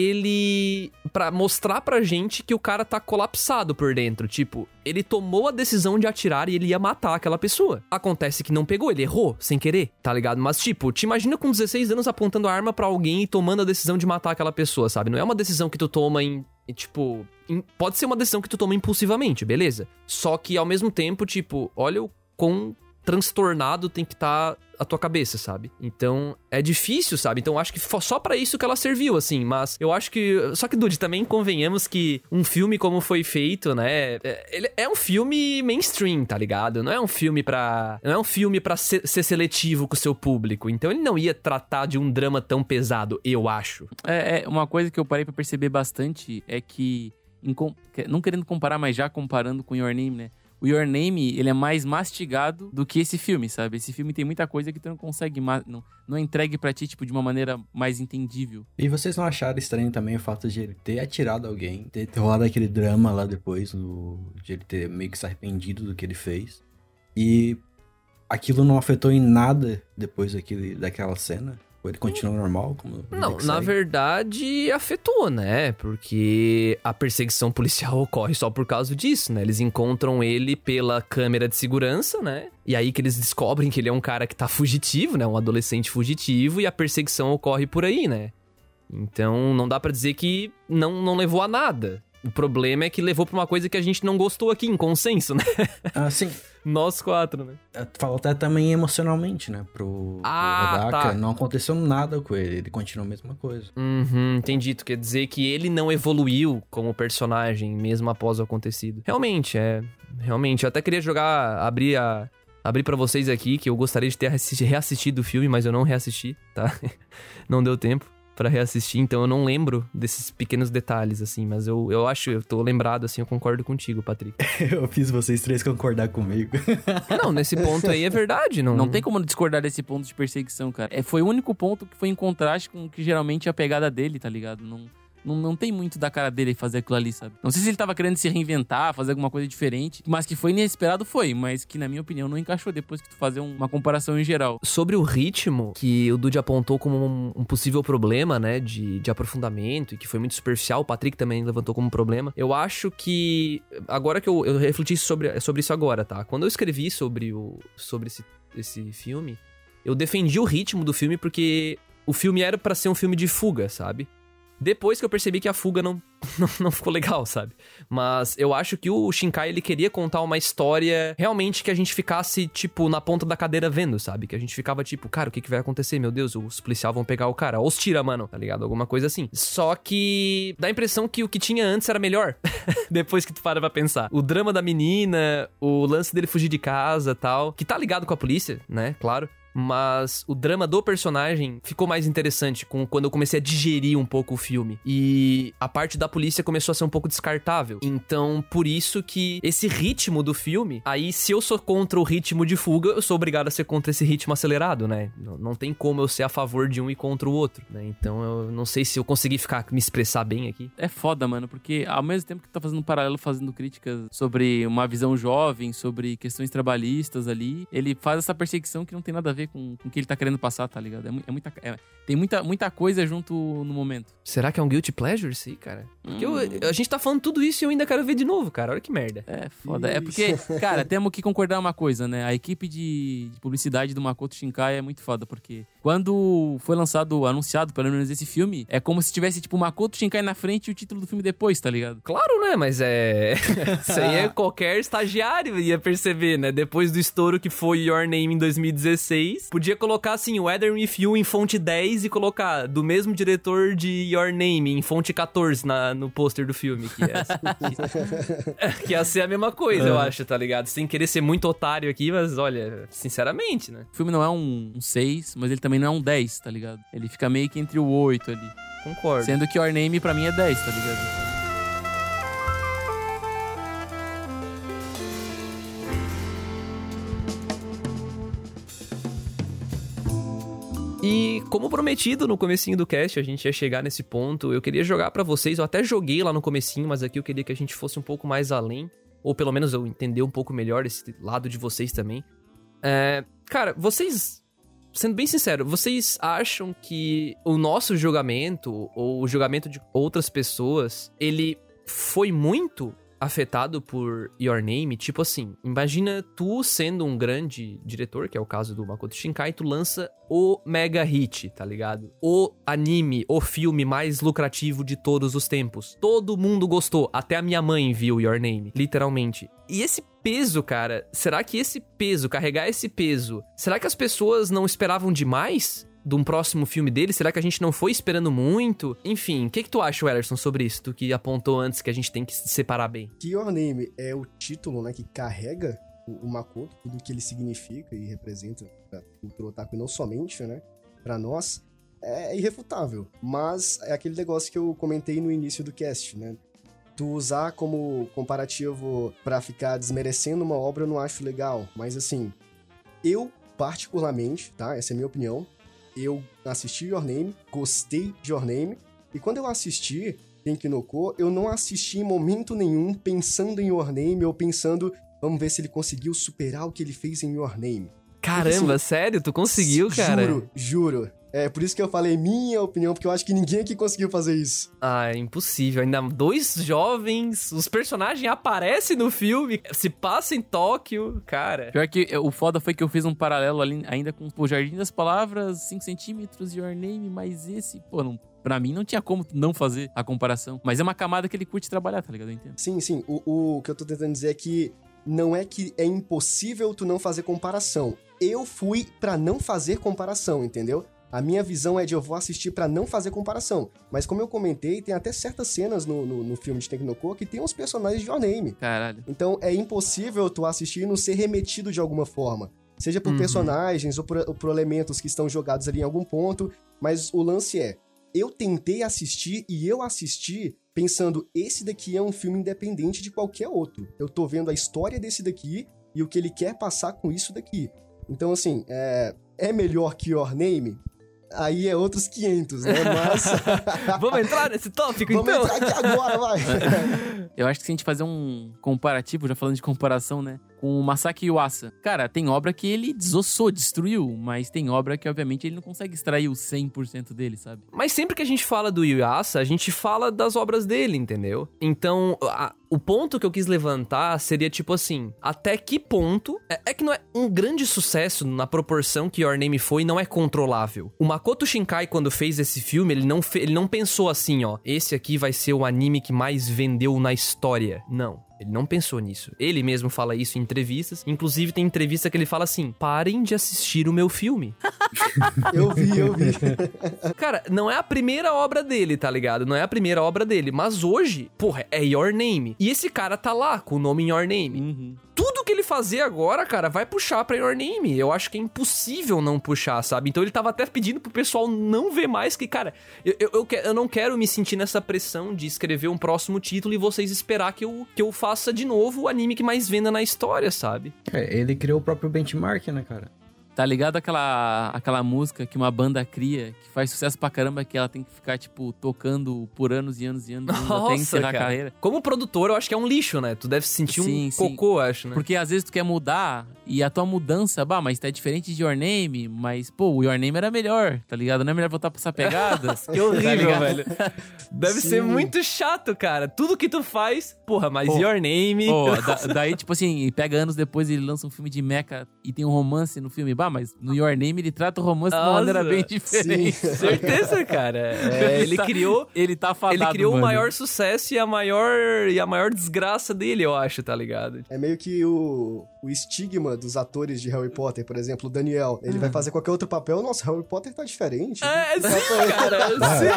pra mostrar pra gente que o cara tá colapsado por dentro. Ele tomou a decisão de atirar e ele ia matar aquela pessoa. Acontece que não pegou, ele errou, sem querer, tá ligado? Mas, te imagina com 16 anos apontando a arma pra alguém e tomando a decisão de matar aquela pessoa, sabe? Não é uma decisão que tu toma pode ser uma decisão que tu toma impulsivamente, beleza? Só que, ao mesmo tempo, olha o quão transtornado tem que estar a tua cabeça, sabe? Então, é difícil, sabe? Então, acho que só pra isso que ela serviu, assim. Mas eu acho que... Só que, Dude, também convenhamos que um filme como foi feito, né? Ele é um filme mainstream, tá ligado? Não é um filme pra ser seletivo com o seu público. Então, ele não ia tratar de um drama tão pesado, eu acho. Uma coisa que eu parei pra perceber bastante é que... Não querendo comparar, mas já comparando com Your Name, né? O Your Name, ele é mais mastigado do que esse filme, sabe? Esse filme tem muita coisa que tu não consegue... Não é entregue pra ti, de uma maneira mais entendível. E vocês não acharam estranho também o fato de ele ter atirado alguém, ter rolado aquele drama lá depois, de ele ter meio que se arrependido do que ele fez? E aquilo não afetou em nada depois daquela cena? Ele continua normal? Não, na verdade, afetou, né? Porque a perseguição policial ocorre só por causa disso, né? Eles encontram ele pela câmera de segurança, né? E aí que eles descobrem que ele é um cara que tá fugitivo, né? Um adolescente fugitivo, e a perseguição ocorre por aí, né? Então, não dá pra dizer que não levou a nada. O problema é que levou pra uma coisa que a gente não gostou aqui, em consenso, né? Ah, sim. Nós 4, né? Fala até também emocionalmente, né? Pro Hodaka, tá. não aconteceu nada com ele. Ele continua a mesma coisa. Entendi. Tu quer dizer que ele não evoluiu como personagem, mesmo após o acontecido. Realmente, Realmente, eu até queria abrir pra vocês aqui, que eu gostaria de ter reassistido o filme, mas eu não reassisti, tá? Não deu tempo pra reassistir, então eu não lembro desses pequenos detalhes, assim, mas eu tô lembrado, assim, eu concordo contigo, Patrick. Eu fiz vocês 3 concordar comigo. Não, nesse ponto aí é verdade, Não tem como discordar desse ponto de perseguição, cara. Foi o único ponto que foi em contraste com o que geralmente é a pegada dele, tá ligado? Não tem muito da cara dele fazer aquilo ali, sabe? Não sei se ele tava querendo se reinventar, fazer alguma coisa diferente, mas que foi inesperado, foi. Mas que, na minha opinião, não encaixou depois que tu fazer uma comparação em geral. Sobre o ritmo, que o Dude apontou como um possível problema, né, de aprofundamento, e que foi muito superficial, o Patrick também levantou como problema, eu acho que, agora que eu refleti sobre isso agora, tá? Quando eu escrevi sobre esse filme, eu defendi o ritmo do filme porque o filme era pra ser um filme de fuga, sabe? Depois que eu percebi que a fuga não ficou legal, sabe? Mas eu acho que o Shinkai, ele queria contar uma história realmente que a gente ficasse, tipo, na ponta da cadeira vendo, sabe? Que a gente ficava, tipo, cara, o que vai acontecer? Meu Deus, os policiais vão pegar o cara. Os tira, mano, tá ligado? Alguma coisa assim. Só que dá a impressão que o que tinha antes era melhor. Depois que tu para pra pensar. O drama da menina, o lance dele fugir de casa e tal, que tá ligado com a polícia, né? Claro. Mas o drama do personagem ficou mais interessante quando eu comecei a digerir um pouco o filme. E a parte da polícia começou a ser um pouco descartável. Então, por isso que esse ritmo do filme... Aí, se eu sou contra o ritmo de fuga, eu sou obrigado a ser contra esse ritmo acelerado, né? Não tem como eu ser a favor de um e contra o outro, né? Então, eu não sei se eu consegui me expressar bem aqui. É foda, mano, porque ao mesmo tempo que tu tá fazendo um paralelo, fazendo críticas sobre uma visão jovem, sobre questões trabalhistas ali, ele faz essa perseguição que não tem nada a ver com o que ele tá querendo passar, tá ligado? Tem muita coisa junto no momento. Será que é um guilty pleasure isso aí, cara? Porque a gente tá falando tudo isso e eu ainda quero ver de novo, cara. Olha que merda. É foda. É porque, cara, temos que concordar uma coisa, né? A equipe de publicidade do Makoto Shinkai é muito foda, porque quando foi anunciado, pelo menos esse filme, é como se tivesse, tipo, Makoto Shinkai na frente e o título do filme depois, tá ligado? Claro, né? Mas isso aí qualquer estagiário ia perceber, né? Depois do estouro que foi Your Name em 2016, podia colocar, assim, Weather With You em fonte 10 e colocar do mesmo diretor de Your Name em fonte 14 no pôster do filme. Que ia ser a mesma coisa, eu acho, tá ligado? Sem querer ser muito otário aqui, mas olha, sinceramente, né? O filme não é um 6, mas ele também não é um 10, tá ligado? Ele fica meio que entre o 8 ali. Concordo. Sendo que Your Name pra mim é 10, tá ligado? E como prometido no comecinho do cast, a gente ia chegar nesse ponto, eu queria jogar pra vocês, eu até joguei lá no comecinho, mas aqui eu queria que a gente fosse um pouco mais além, ou pelo menos eu entender um pouco melhor esse lado de vocês também. Cara, vocês, sendo bem sincero, vocês acham que o nosso julgamento, ou o julgamento de outras pessoas, ele foi muito afetado por Your Name? Tipo assim, imagina tu sendo um grande diretor, que é o caso do Makoto Shinkai, tu lança o mega hit, tá ligado? O anime, o filme mais lucrativo de todos os tempos. Todo mundo gostou, até a minha mãe viu Your Name, literalmente. E esse peso, cara, será que carregar esse peso, será que as pessoas não esperavam demais de um próximo filme dele? Será que a gente não foi esperando muito? Enfim, o que tu acha, Wellerson, sobre isso? Tu que apontou antes que a gente tem que se separar bem. Que Your Name é o título, né, que carrega o Makoto, tudo que ele significa e representa pra cultura otaku, e não somente, né, pra nós, é irrefutável. Mas é aquele negócio que eu comentei no início do cast, né? Tu usar como comparativo pra ficar desmerecendo uma obra eu não acho legal. Mas assim, eu particularmente, tá, essa é a minha opinião, eu assisti Your Name, gostei de Your Name, e quando eu assisti Tenki no Ko, eu não assisti em momento nenhum pensando em Your Name ou pensando, vamos ver se ele conseguiu superar o que ele fez em Your Name. Caramba, assim, sério? Tu conseguiu, cara? Juro. É por isso que eu falei minha opinião, porque eu acho que ninguém aqui conseguiu fazer isso. Ah, é impossível. Ainda 2 jovens, os personagens aparecem no filme, se passa em Tóquio, cara. Pior que o foda foi que eu fiz um paralelo ali ainda com o Jardim das Palavras, 5 centímetros, Your Name, mas esse, pô, não... Pra mim, não tinha como não fazer a comparação. Mas é uma camada que ele curte trabalhar, tá ligado? Eu entendo. Sim. O que eu tô tentando dizer é que não é que é impossível tu não fazer comparação. Eu fui pra não fazer comparação, entendeu? A minha visão é de eu vou assistir pra não fazer comparação. Mas como eu comentei, tem até certas cenas no filme de Tenki no Ko que tem uns personagens de Your Name. Caralho. Então é impossível tu assistir e não ser remetido de alguma forma. Seja por personagens ou por elementos que estão jogados ali em algum ponto. Mas o lance é... Eu tentei assistir e eu assisti pensando, esse daqui é um filme independente de qualquer outro. Eu tô vendo a história desse daqui e o que ele quer passar com isso daqui. Então, assim, é melhor que Your Name? Aí é outros 500, né? Mas... Vamos entrar nesse tópico, então? Vamos entrar aqui agora, vai! Eu acho que se a gente fazer um comparativo, já falando de comparação, né? Com o Masaki Yuasa. Cara, tem obra que ele desossou, destruiu, mas tem obra que, obviamente, ele não consegue extrair o 100% dele, sabe? Mas sempre que a gente fala do Yuasa, a gente fala das obras dele, entendeu? Então, o ponto que eu quis levantar seria tipo assim, até que ponto... É que não é um grande sucesso na proporção que Your Name foi, não é controlável. O Makoto Shinkai, quando fez esse filme, ele não pensou assim, ó, esse aqui vai ser o anime que mais vendeu na história. Não. Ele não pensou nisso. Ele mesmo fala isso em entrevistas. Inclusive, tem entrevista que ele fala assim, parem de assistir o meu filme. Eu vi. Cara, não é a primeira obra dele, tá ligado? Não é a primeira obra dele. Mas hoje, porra, é Your Name. E esse cara tá lá com o nome em Your Name. Tudo que ele fazer agora, cara, vai puxar pra Your Name. Eu acho que é impossível não puxar, sabe? Então ele tava até pedindo pro pessoal não ver mais que, cara, eu não quero me sentir nessa pressão de escrever um próximo título e vocês esperar que eu faça de novo o anime que mais venda na história, sabe? Ele criou o próprio benchmark, né, cara? Tá ligado aquela música que uma banda cria, que faz sucesso pra caramba, que ela tem que ficar, tipo, tocando por anos e anos e anos, até encerrar a carreira? Como produtor, eu acho que é um lixo, né? Tu deve se sentir cocô, acho, né? Porque às vezes tu quer mudar e a tua mudança, mas tá diferente de Your Name, mas, pô, o Your Name era melhor, tá ligado? Não é melhor voltar pra essa pegada? Que horrível, tá velho. Deve ser muito chato, cara. Tudo que tu faz, porra, mas Your Name... Daí, tipo assim, pega anos depois e ele lança um filme de mecha e tem um romance no filme, mas no Your Name ele trata o romance de uma maneira bem diferente. Certeza, cara. Ele criou... Ele tá fadado, ele criou mano. o maior sucesso e a maior desgraça dele, eu acho, tá ligado? É meio que o estigma dos atores de Harry Potter, por exemplo, o Daniel. Ele vai fazer qualquer outro papel. Nossa, Harry Potter tá diferente. Sim, cara.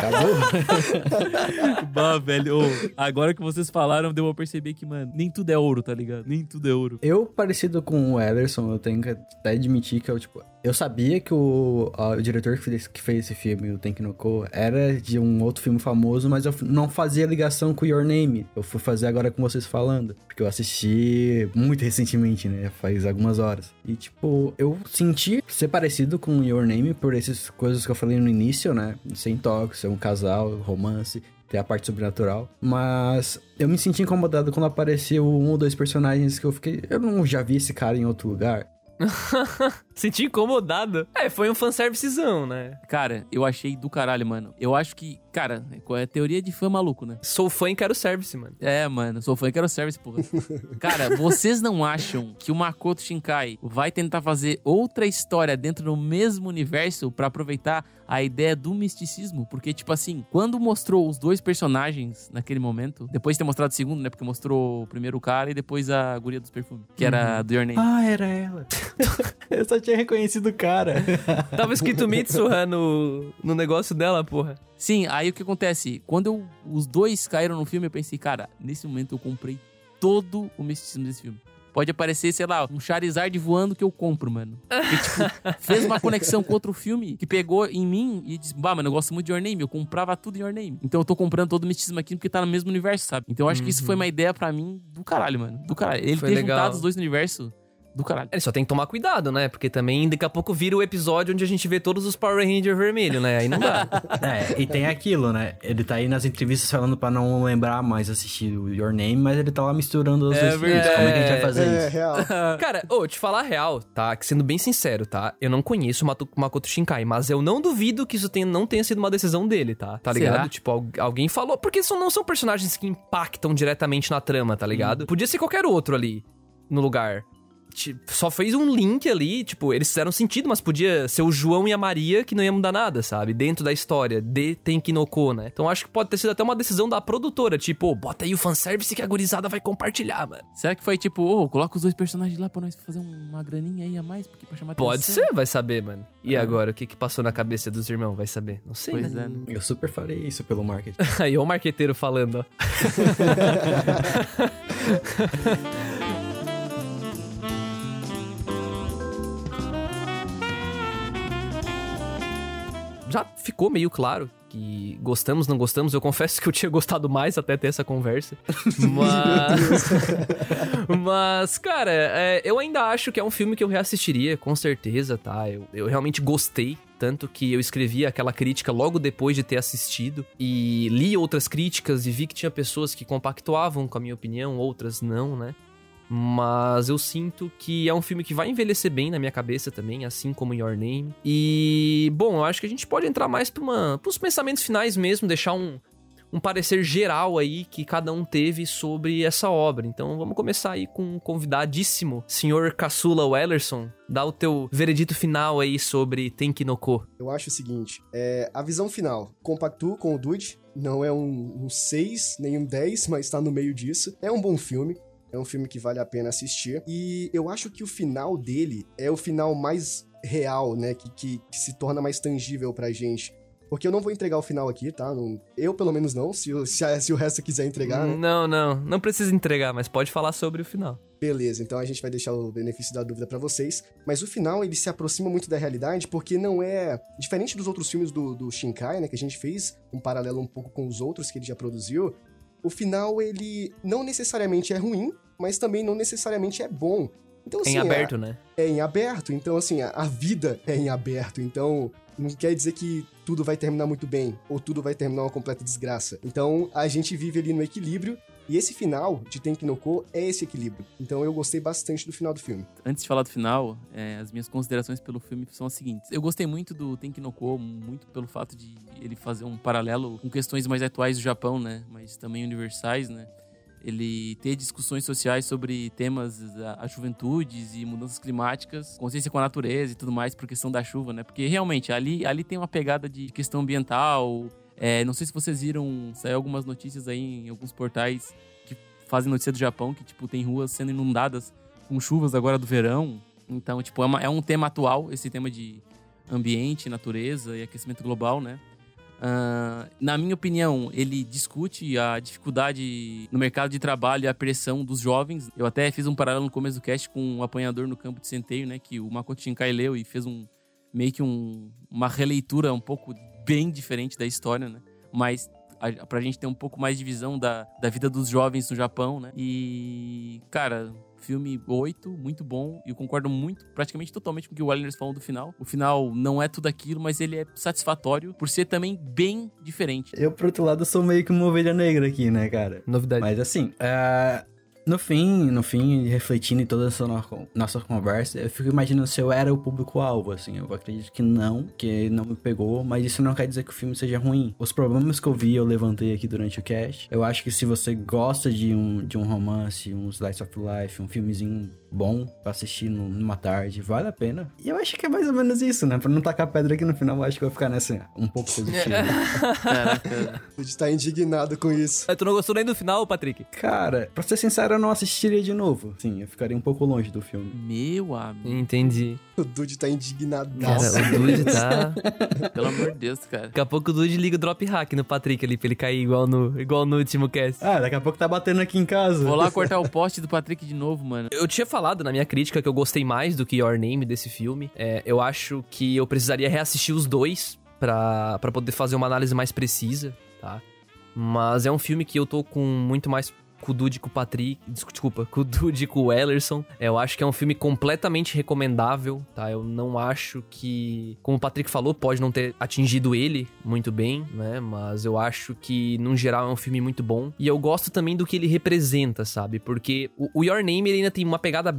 Acabou. Velho. Agora que vocês falaram, deu pra perceber que, mano, nem tudo é ouro, tá ligado? Nem tudo é ouro. Eu, parecido com o Ederson, eu tenho que até admitir que eu sabia que o diretor que fez esse filme, o Tenki no Ko, era de um outro filme famoso, mas eu não fazia ligação com Your Name. Eu fui fazer agora com vocês falando, porque eu assisti muito recentemente, né? Faz algumas horas. E, eu senti ser parecido com Your Name por essas coisas que eu falei no início, né? Sem toque, ser um casal, romance, ter a parte sobrenatural. Mas eu me senti incomodado quando apareceu um ou dois personagens que eu não já vi esse cara em outro lugar. Senti incomodado. Foi um fanservicezão, né? Cara, eu achei do caralho, mano. Eu acho que, cara, é teoria de fã maluco, né? Sou fã e quero service, mano. Mano, sou fã e quero service, porra. Cara, vocês não acham que o Makoto Shinkai vai tentar fazer outra história dentro do mesmo universo pra aproveitar a ideia do misticismo? Porque, tipo assim, quando mostrou os dois personagens naquele momento, depois de ter mostrado o segundo, né? Porque mostrou primeiro o cara e depois a guria dos perfumes, que era do Your Name. Ah, era ela. Eu só tinha reconhecido o cara. Tava escrito Mitsuha no negócio dela, porra. Sim, aí o que acontece? Quando os dois caíram no filme, eu pensei, cara, nesse momento eu comprei todo o misticismo desse filme. Pode aparecer, sei lá, um Charizard voando que eu compro, mano. Porque, fez uma conexão com outro filme que pegou em mim e disse, mano, eu gosto muito de Your Name, eu comprava tudo em Your Name. Então eu tô comprando todo o misticismo aqui porque tá no mesmo universo, sabe? Então eu acho que isso foi uma ideia pra mim do caralho, mano. Do caralho. Ele ter juntado os dois universos do caralho. Ele só tem que tomar cuidado, né? Porque também daqui a pouco vira o episódio onde a gente vê todos os Power Rangers vermelhos, né? Aí não dá. E tem aquilo, né? Ele tá aí nas entrevistas falando pra não lembrar mais assistir o Your Name, mas ele tá lá misturando os dois filmes. Como é que a gente vai fazer isso? Real. Cara, te falar a real, tá? Que sendo bem sincero, tá? Eu não conheço o Makoto Shinkai, mas eu não duvido que isso não tenha sido uma decisão dele, tá? Tá ligado? Será? Tipo, alguém falou... Porque não são personagens que impactam diretamente na trama, tá ligado? Podia ser qualquer outro ali no lugar. Só fez um link ali, tipo, eles fizeram sentido, mas podia ser o João e a Maria que não ia mudar nada, sabe? Dentro da história de Tenkinoko, né? Então acho que pode ter sido até uma decisão da produtora, tipo, bota aí o fanservice que a gurizada vai compartilhar, mano. Será que foi tipo, coloca os dois personagens lá pra nós fazer uma graninha aí a mais, porque pra chamar Pode atenção? ser, vai saber, mano. E agora, o que passou na cabeça dos irmãos? Vai saber. Não sei, Pois né? é, né? Eu super farei isso pelo marketing. Aí, ó o marqueteiro falando, ó. Já ficou meio claro que gostamos, não gostamos. Eu confesso que eu tinha gostado mais até ter essa conversa. Mas cara, eu ainda acho que é um filme que eu reassistiria, com certeza, tá? Eu realmente gostei. Tanto que eu escrevi aquela crítica logo depois de ter assistido. E li outras críticas e vi que tinha pessoas que compactuavam com a minha opinião, outras não, né? Mas eu sinto que é um filme que vai envelhecer bem na minha cabeça também, assim como Your Name. E, bom, eu acho que a gente pode entrar mais pros pensamentos finais mesmo, deixar um parecer geral aí que cada um teve sobre essa obra. Então vamos começar aí com um convidadíssimo, Sr. Caçula Wellerson. Dá o teu veredito final aí sobre Tenkinoko. Eu acho o seguinte, a visão final, compactuo com o Dude, não é um 6, nem um 10, mas tá no meio disso. É um bom filme. É um filme que vale a pena assistir. E eu acho que o final dele é o final mais real, né? Que se torna mais tangível pra gente. Porque eu não vou entregar o final aqui, tá? Eu, pelo menos, não. Se o resto quiser entregar, né? Não precisa entregar, mas pode falar sobre o final. Beleza, então a gente vai deixar o benefício da dúvida pra vocês. Mas o final, ele se aproxima muito da realidade, porque não é... Diferente dos outros filmes do Shinkai, né? Que a gente fez um paralelo um pouco com os outros que ele já produziu. O final, ele não necessariamente é ruim, mas também não necessariamente é bom. Então, assim, em aberto, né? É em aberto, então assim, a vida é em aberto, então não quer dizer que tudo vai terminar muito bem, ou tudo vai terminar uma completa desgraça. Então, a gente vive ali no equilíbrio, e esse final de Tenkinoko é esse equilíbrio. Então, eu gostei bastante do final do filme. Antes de falar do final, as minhas considerações pelo filme são as seguintes. Eu gostei muito do Tenkinoko, muito pelo fato de ele fazer um paralelo com questões mais atuais do Japão, né? Mas também universais, né? Ele ter discussões sociais sobre temas, as juventudes e mudanças climáticas, consciência com a natureza e tudo mais por questão da chuva, né? Porque realmente ali tem uma pegada de questão ambiental. Não sei se vocês viram, saiu algumas notícias aí em alguns portais que fazem notícia do Japão, que tipo tem ruas sendo inundadas com chuvas agora do verão. Então, tipo, é um tema atual, esse tema de ambiente, natureza e aquecimento global, né? Na minha opinião, ele discute a dificuldade no mercado de trabalho e a pressão dos jovens. Eu até fiz um paralelo no começo do cast com um apanhador no campo de centeio, né? Que o Makoto Shinkai leu e fez meio que uma releitura um pouco bem diferente da história, né? Mas pra gente ter um pouco mais de visão da vida dos jovens no Japão, né? E, cara... Filme 8, muito bom. E eu concordo praticamente totalmente com o que o Wellers falou do final. O final não é tudo aquilo, mas ele é satisfatório por ser também bem diferente. Eu, por outro lado, sou meio que uma ovelha negra aqui, né, cara? Novidade. Mas assim, no fim, refletindo em toda essa nossa conversa, eu fico imaginando se eu era o público-alvo, assim. Eu acredito que não, que não me pegou, mas isso não quer dizer que o filme seja ruim. Os problemas que eu levantei aqui durante o cast. Eu acho que se você gosta de um romance, um slice of life, um filmezinho bom pra assistir numa tarde, vale a pena. E eu acho que é mais ou menos isso, né? Pra não tacar pedra aqui no final, eu acho que eu vou ficar nessa um pouco positivo. Caraca. A gente tá indignado com isso. Tu não gostou nem do final, Patrick? Cara, pra ser sincero, eu não assistiria de novo. Sim, eu ficaria um pouco longe do filme. Meu amigo. Entendi. O Dude tá indignado. Cara, o Dude tá... Pelo amor de Deus, cara. Daqui a pouco o Dude liga o drop hack no Patrick ali, pra ele cair igual no último cast. Daqui a pouco tá batendo aqui em casa. Vou lá cortar o poste do Patrick de novo, mano. Eu tinha falado na minha crítica que eu gostei mais do que Your Name desse filme. Eu acho que eu precisaria reassistir os dois pra poder fazer uma análise mais precisa, tá? Mas é um filme que eu tô com muito mais com o Dude e com o Patrick. Desculpa, com o Dude e com o Ellerson. Eu acho que é um filme completamente recomendável, tá? Eu não acho que, como o Patrick falou, pode não ter atingido ele muito bem, né? Mas eu acho que, no geral, é um filme muito bom. E eu gosto também do que ele representa, sabe? Porque o Your Name, ele ainda tem uma pegada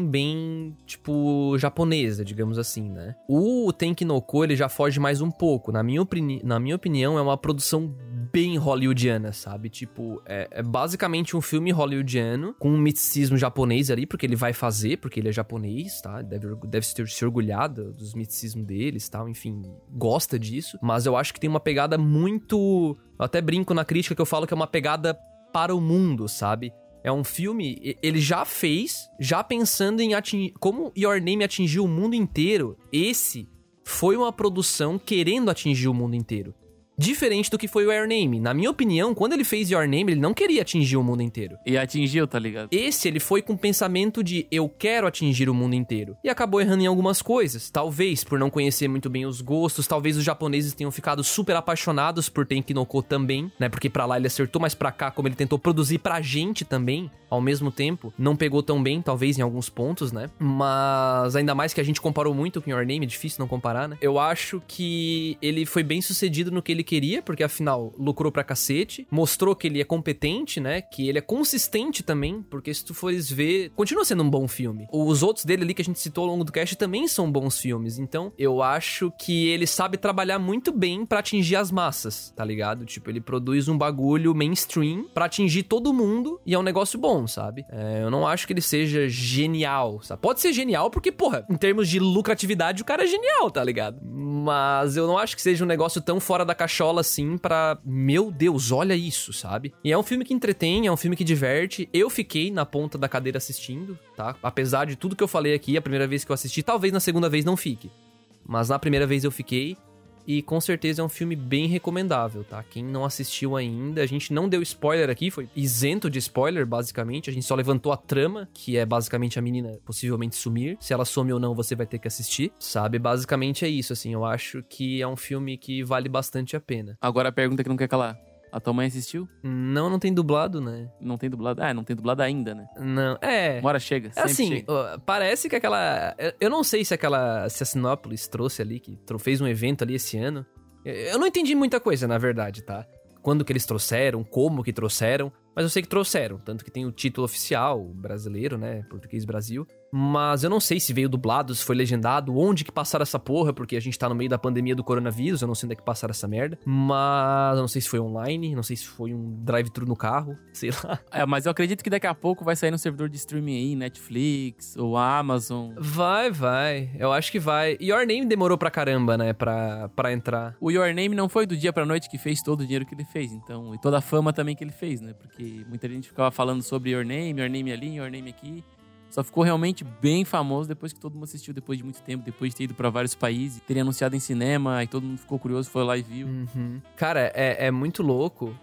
bem, tipo, japonesa, digamos assim, né? O Tenki no Ko, ele já foge mais um pouco. Na minha opinião, é uma produção bem hollywoodiana, sabe? Tipo, é basicamente um filme hollywoodiano com um miticismo japonês ali, porque ele vai fazer, porque ele é japonês, tá? Deve se orgulhar dos miticismos deles, tal, enfim, gosta disso. Mas eu acho que tem uma pegada muito... Eu até brinco na crítica que eu falo que é uma pegada para o mundo, sabe? É um filme, ele já fez, já pensando em atingir... Como Your Name atingiu o mundo inteiro, esse foi uma produção querendo atingir o mundo inteiro. Diferente do que foi o Your Name. Na minha opinião, quando ele fez Your Name, ele não queria atingir o mundo inteiro. E atingiu, tá ligado? Esse, ele foi com o pensamento de eu quero atingir o mundo inteiro. E acabou errando em algumas coisas. Talvez por não conhecer muito bem os gostos, talvez os japoneses tenham ficado super apaixonados por Tenki no Ko também, né? Porque pra lá ele acertou, mas pra cá, como ele tentou produzir pra gente também, ao mesmo tempo, não pegou tão bem, talvez em alguns pontos, né? Mas ainda mais que a gente comparou muito com Your Name, é difícil não comparar, né? Eu acho que ele foi bem sucedido no que ele queria, porque afinal lucrou pra cacete, mostrou que ele é competente, né, que ele é consistente também, porque se tu fores ver, continua sendo um bom filme. Os outros dele ali que a gente citou ao longo do cast também são bons filmes, então eu acho que ele sabe trabalhar muito bem pra atingir as massas, tá ligado? Tipo, ele produz um bagulho mainstream pra atingir todo mundo e é um negócio bom, sabe? Eu não acho que ele seja genial, sabe? Pode ser genial porque, porra, em termos de lucratividade o cara é genial, tá ligado? Mas eu não acho que seja um negócio tão fora da cachola assim pra... Meu Deus, olha isso, sabe? E é um filme que entretém, é um filme que diverte. Eu fiquei na ponta da cadeira assistindo, tá? Apesar de tudo que eu falei aqui, a primeira vez que eu assisti, talvez na segunda vez não fique. Mas na primeira vez eu fiquei. E com certeza é um filme bem recomendável, tá? Quem não assistiu ainda, a gente não deu spoiler aqui, foi isento de spoiler, basicamente. A gente só levantou a trama, que é basicamente a menina possivelmente sumir. Se ela some ou não, você vai ter que assistir, sabe? Basicamente é isso, assim. Eu acho que é um filme que vale bastante a pena. Agora a pergunta que não quer calar. A tua mãe assistiu? Não tem dublado, né? Não tem dublado? Não tem dublado ainda, né? Não, Uma hora chega, sempre assim, chega. Parece que aquela... Eu não sei se a Sinópolis trouxe ali, que fez um evento ali esse ano. Eu não entendi muita coisa, na verdade, tá? Quando que eles trouxeram, como que trouxeram, mas eu sei que trouxeram. Tanto que tem o título oficial brasileiro, né? Português Brasil. Mas eu não sei se veio dublado, se foi legendado, onde que passaram essa porra, porque a gente tá no meio da pandemia do coronavírus, eu não sei onde é que passaram essa merda. Mas eu não sei se foi online, não sei se foi um drive-thru no carro, sei lá. Mas eu acredito que daqui a pouco vai sair no servidor de streaming aí, Netflix ou Amazon. Vai. Eu acho que vai. Your Name demorou pra caramba, né, pra entrar. O Your Name não foi do dia pra noite que fez todo o dinheiro que ele fez, então. E toda a fama também que ele fez, né? Porque muita gente ficava falando sobre Your Name ali, Your Name aqui. Só ficou realmente bem famoso depois que todo mundo assistiu, depois de muito tempo, depois de ter ido pra vários países, teria anunciado em cinema, aí todo mundo ficou curioso, foi lá e viu. Uhum. Cara, é muito louco,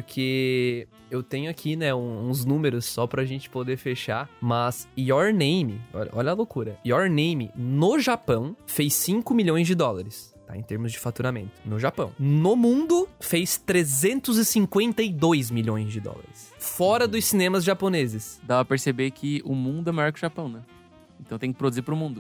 porque eu tenho aqui, né, uns números só pra gente poder fechar, mas Your Name, olha a loucura, Your Name no Japão fez 5 milhões de dólares. Tá, em termos de faturamento, no Japão. No mundo, fez 352 milhões de dólares. Fora dos cinemas japoneses. Dá pra perceber que o mundo é maior que o Japão, né? Então tem que produzir pro mundo.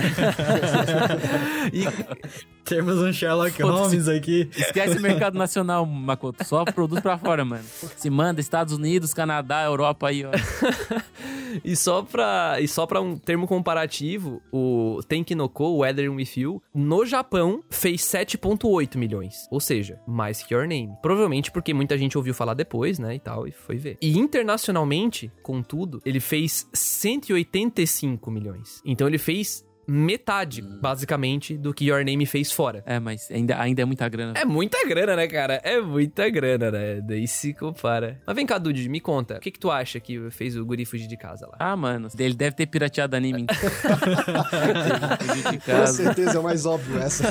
Temos um Sherlock Holmes aqui. Esquece o mercado nacional, Makoto. Só produz pra fora, mano. Se manda Estados Unidos, Canadá, Europa aí, ó. E só pra um termo comparativo, o Tenki no Ko, o Weathering with You, no Japão, fez 7,8 milhões. Ou seja, mais que Your Name. Provavelmente porque muita gente ouviu falar depois, né, e tal, e foi ver. E internacionalmente, contudo, ele fez 185 milhões. Então ele fez metade, basicamente, do que Your Name fez fora. Mas ainda é muita grana. É muita grana, né, cara? É muita grana, né? Daí se compara. Mas vem cá, Dude, me conta. O que tu acha que fez o guri fugir de casa lá? Mano, ele deve ter pirateado anime. Então. Fugir de Com casa. certeza, é o mais óbvio essa.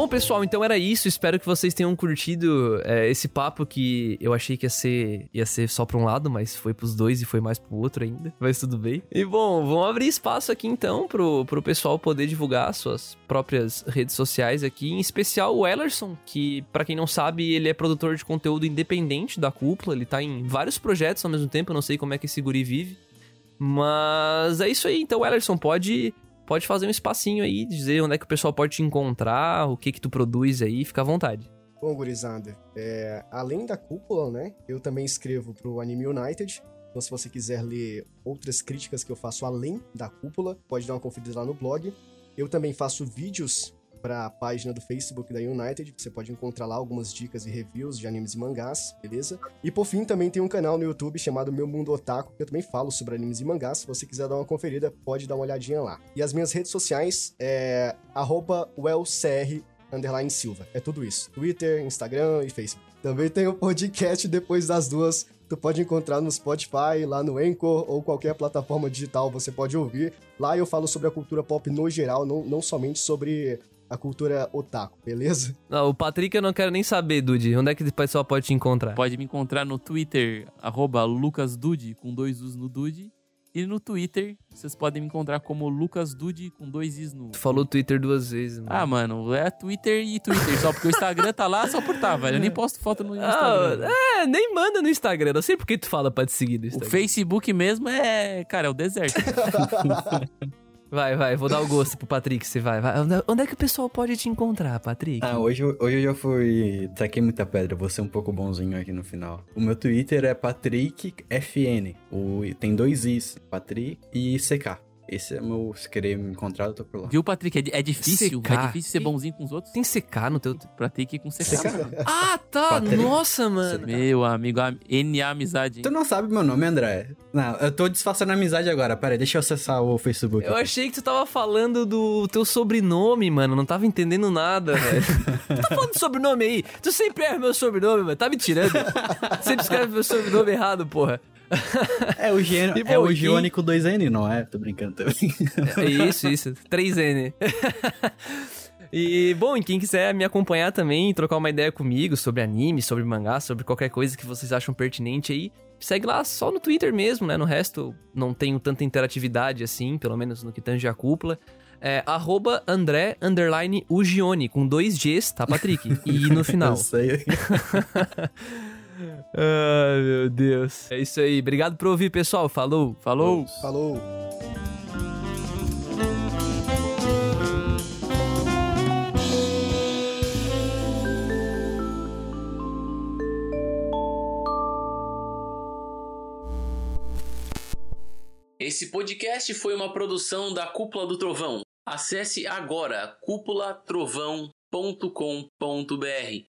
Bom, pessoal, então era isso. Espero que vocês tenham curtido esse papo que eu achei que ia ser só pra um lado, mas foi pros dois e foi mais pro outro ainda. Mas tudo bem. E bom, vamos abrir espaço aqui então pro pessoal poder divulgar suas próprias redes sociais aqui, em especial o Ellerson, que pra quem não sabe, ele é produtor de conteúdo independente da Cúpula, ele tá em vários projetos ao mesmo tempo, eu não sei como é que esse guri vive. Mas é isso aí, então, Ellerson, pode fazer um espacinho aí, dizer onde é que o pessoal pode te encontrar, o que tu produz aí, fica à vontade. Bom, gurizada, além da Cúpula, né, eu também escrevo pro Anime United, então se você quiser ler outras críticas que eu faço além da Cúpula, pode dar uma conferida lá no blog. Eu também faço vídeos para a página do Facebook da United, você pode encontrar lá algumas dicas e reviews de animes e mangás, beleza? E por fim, também tem um canal no YouTube chamado Meu Mundo Otaku, que eu também falo sobre animes e mangás, se você quiser dar uma conferida, pode dar uma olhadinha lá. E as minhas redes sociais é @wellcr_Silva, é tudo isso, Twitter, Instagram e Facebook. Também tem o podcast Depois das Duas, tu pode encontrar no Spotify, lá no Anchor ou qualquer plataforma digital, você pode ouvir. Lá eu falo sobre a cultura pop no geral, não somente sobre a cultura otaku, beleza? Não, o Patrick eu não quero nem saber, Dude. Onde é que o pessoal pode te encontrar? Pode me encontrar no Twitter, @LucasDude, com 2 U's no Dude. E no Twitter, vocês podem me encontrar como LucasDude, com 2 I's no... Tu falou Twitter 2 vezes, mano. Ah, mano, é Twitter e Twitter, só porque o Instagram tá lá só por tá, velho. Eu nem posto foto no Instagram. Nem manda no Instagram. Não sei por que tu fala pra te seguir no O Instagram. Facebook mesmo é o deserto. Vai, vou dar o gosto pro Patrick, você vai. Onde é que o pessoal pode te encontrar, Patrick? Hoje eu já fui... Taquei muita pedra, vou ser um pouco bonzinho aqui no final. O meu Twitter é PatrickFN. Tem 2 Is, Patrick e CK. Esse é meu... Se querer me encontrar, eu tô por lá. Viu, Patrick? É difícil. CK. É difícil ser bonzinho com os outros. Tem CK no teu... Patrick com CK. Ah, tá. Patrick. Nossa, mano. Meu amigo, NA amizade. Tu não sabe meu nome, André? Não, eu tô disfarçando a amizade agora. Pera aí, deixa eu acessar o Facebook. Eu achei que tu tava falando do teu sobrenome, mano. Não tava entendendo nada, velho. Tu tá falando de sobrenome aí? Tu sempre erra meu sobrenome, mano. Tá me tirando. Sempre escreve meu sobrenome errado, porra. É o E, Gione com 2N, não é? Tô brincando também. Isso. 3N. E, bom, e quem quiser me acompanhar também, trocar uma ideia comigo sobre anime, sobre mangá, sobre qualquer coisa que vocês acham pertinente aí, segue lá só no Twitter mesmo, né? No resto, não tenho tanta interatividade assim, pelo menos no que tange a Cúpula. É @André_Ugione, com 2 Gs, tá, Patrick? E no final. Eu sei. Ai, meu Deus. É isso aí. Obrigado por ouvir, pessoal. Falou. Falou. Falou! Esse podcast foi uma produção da Cúpula do Trovão. Acesse agora cúpulatrovão.com.br.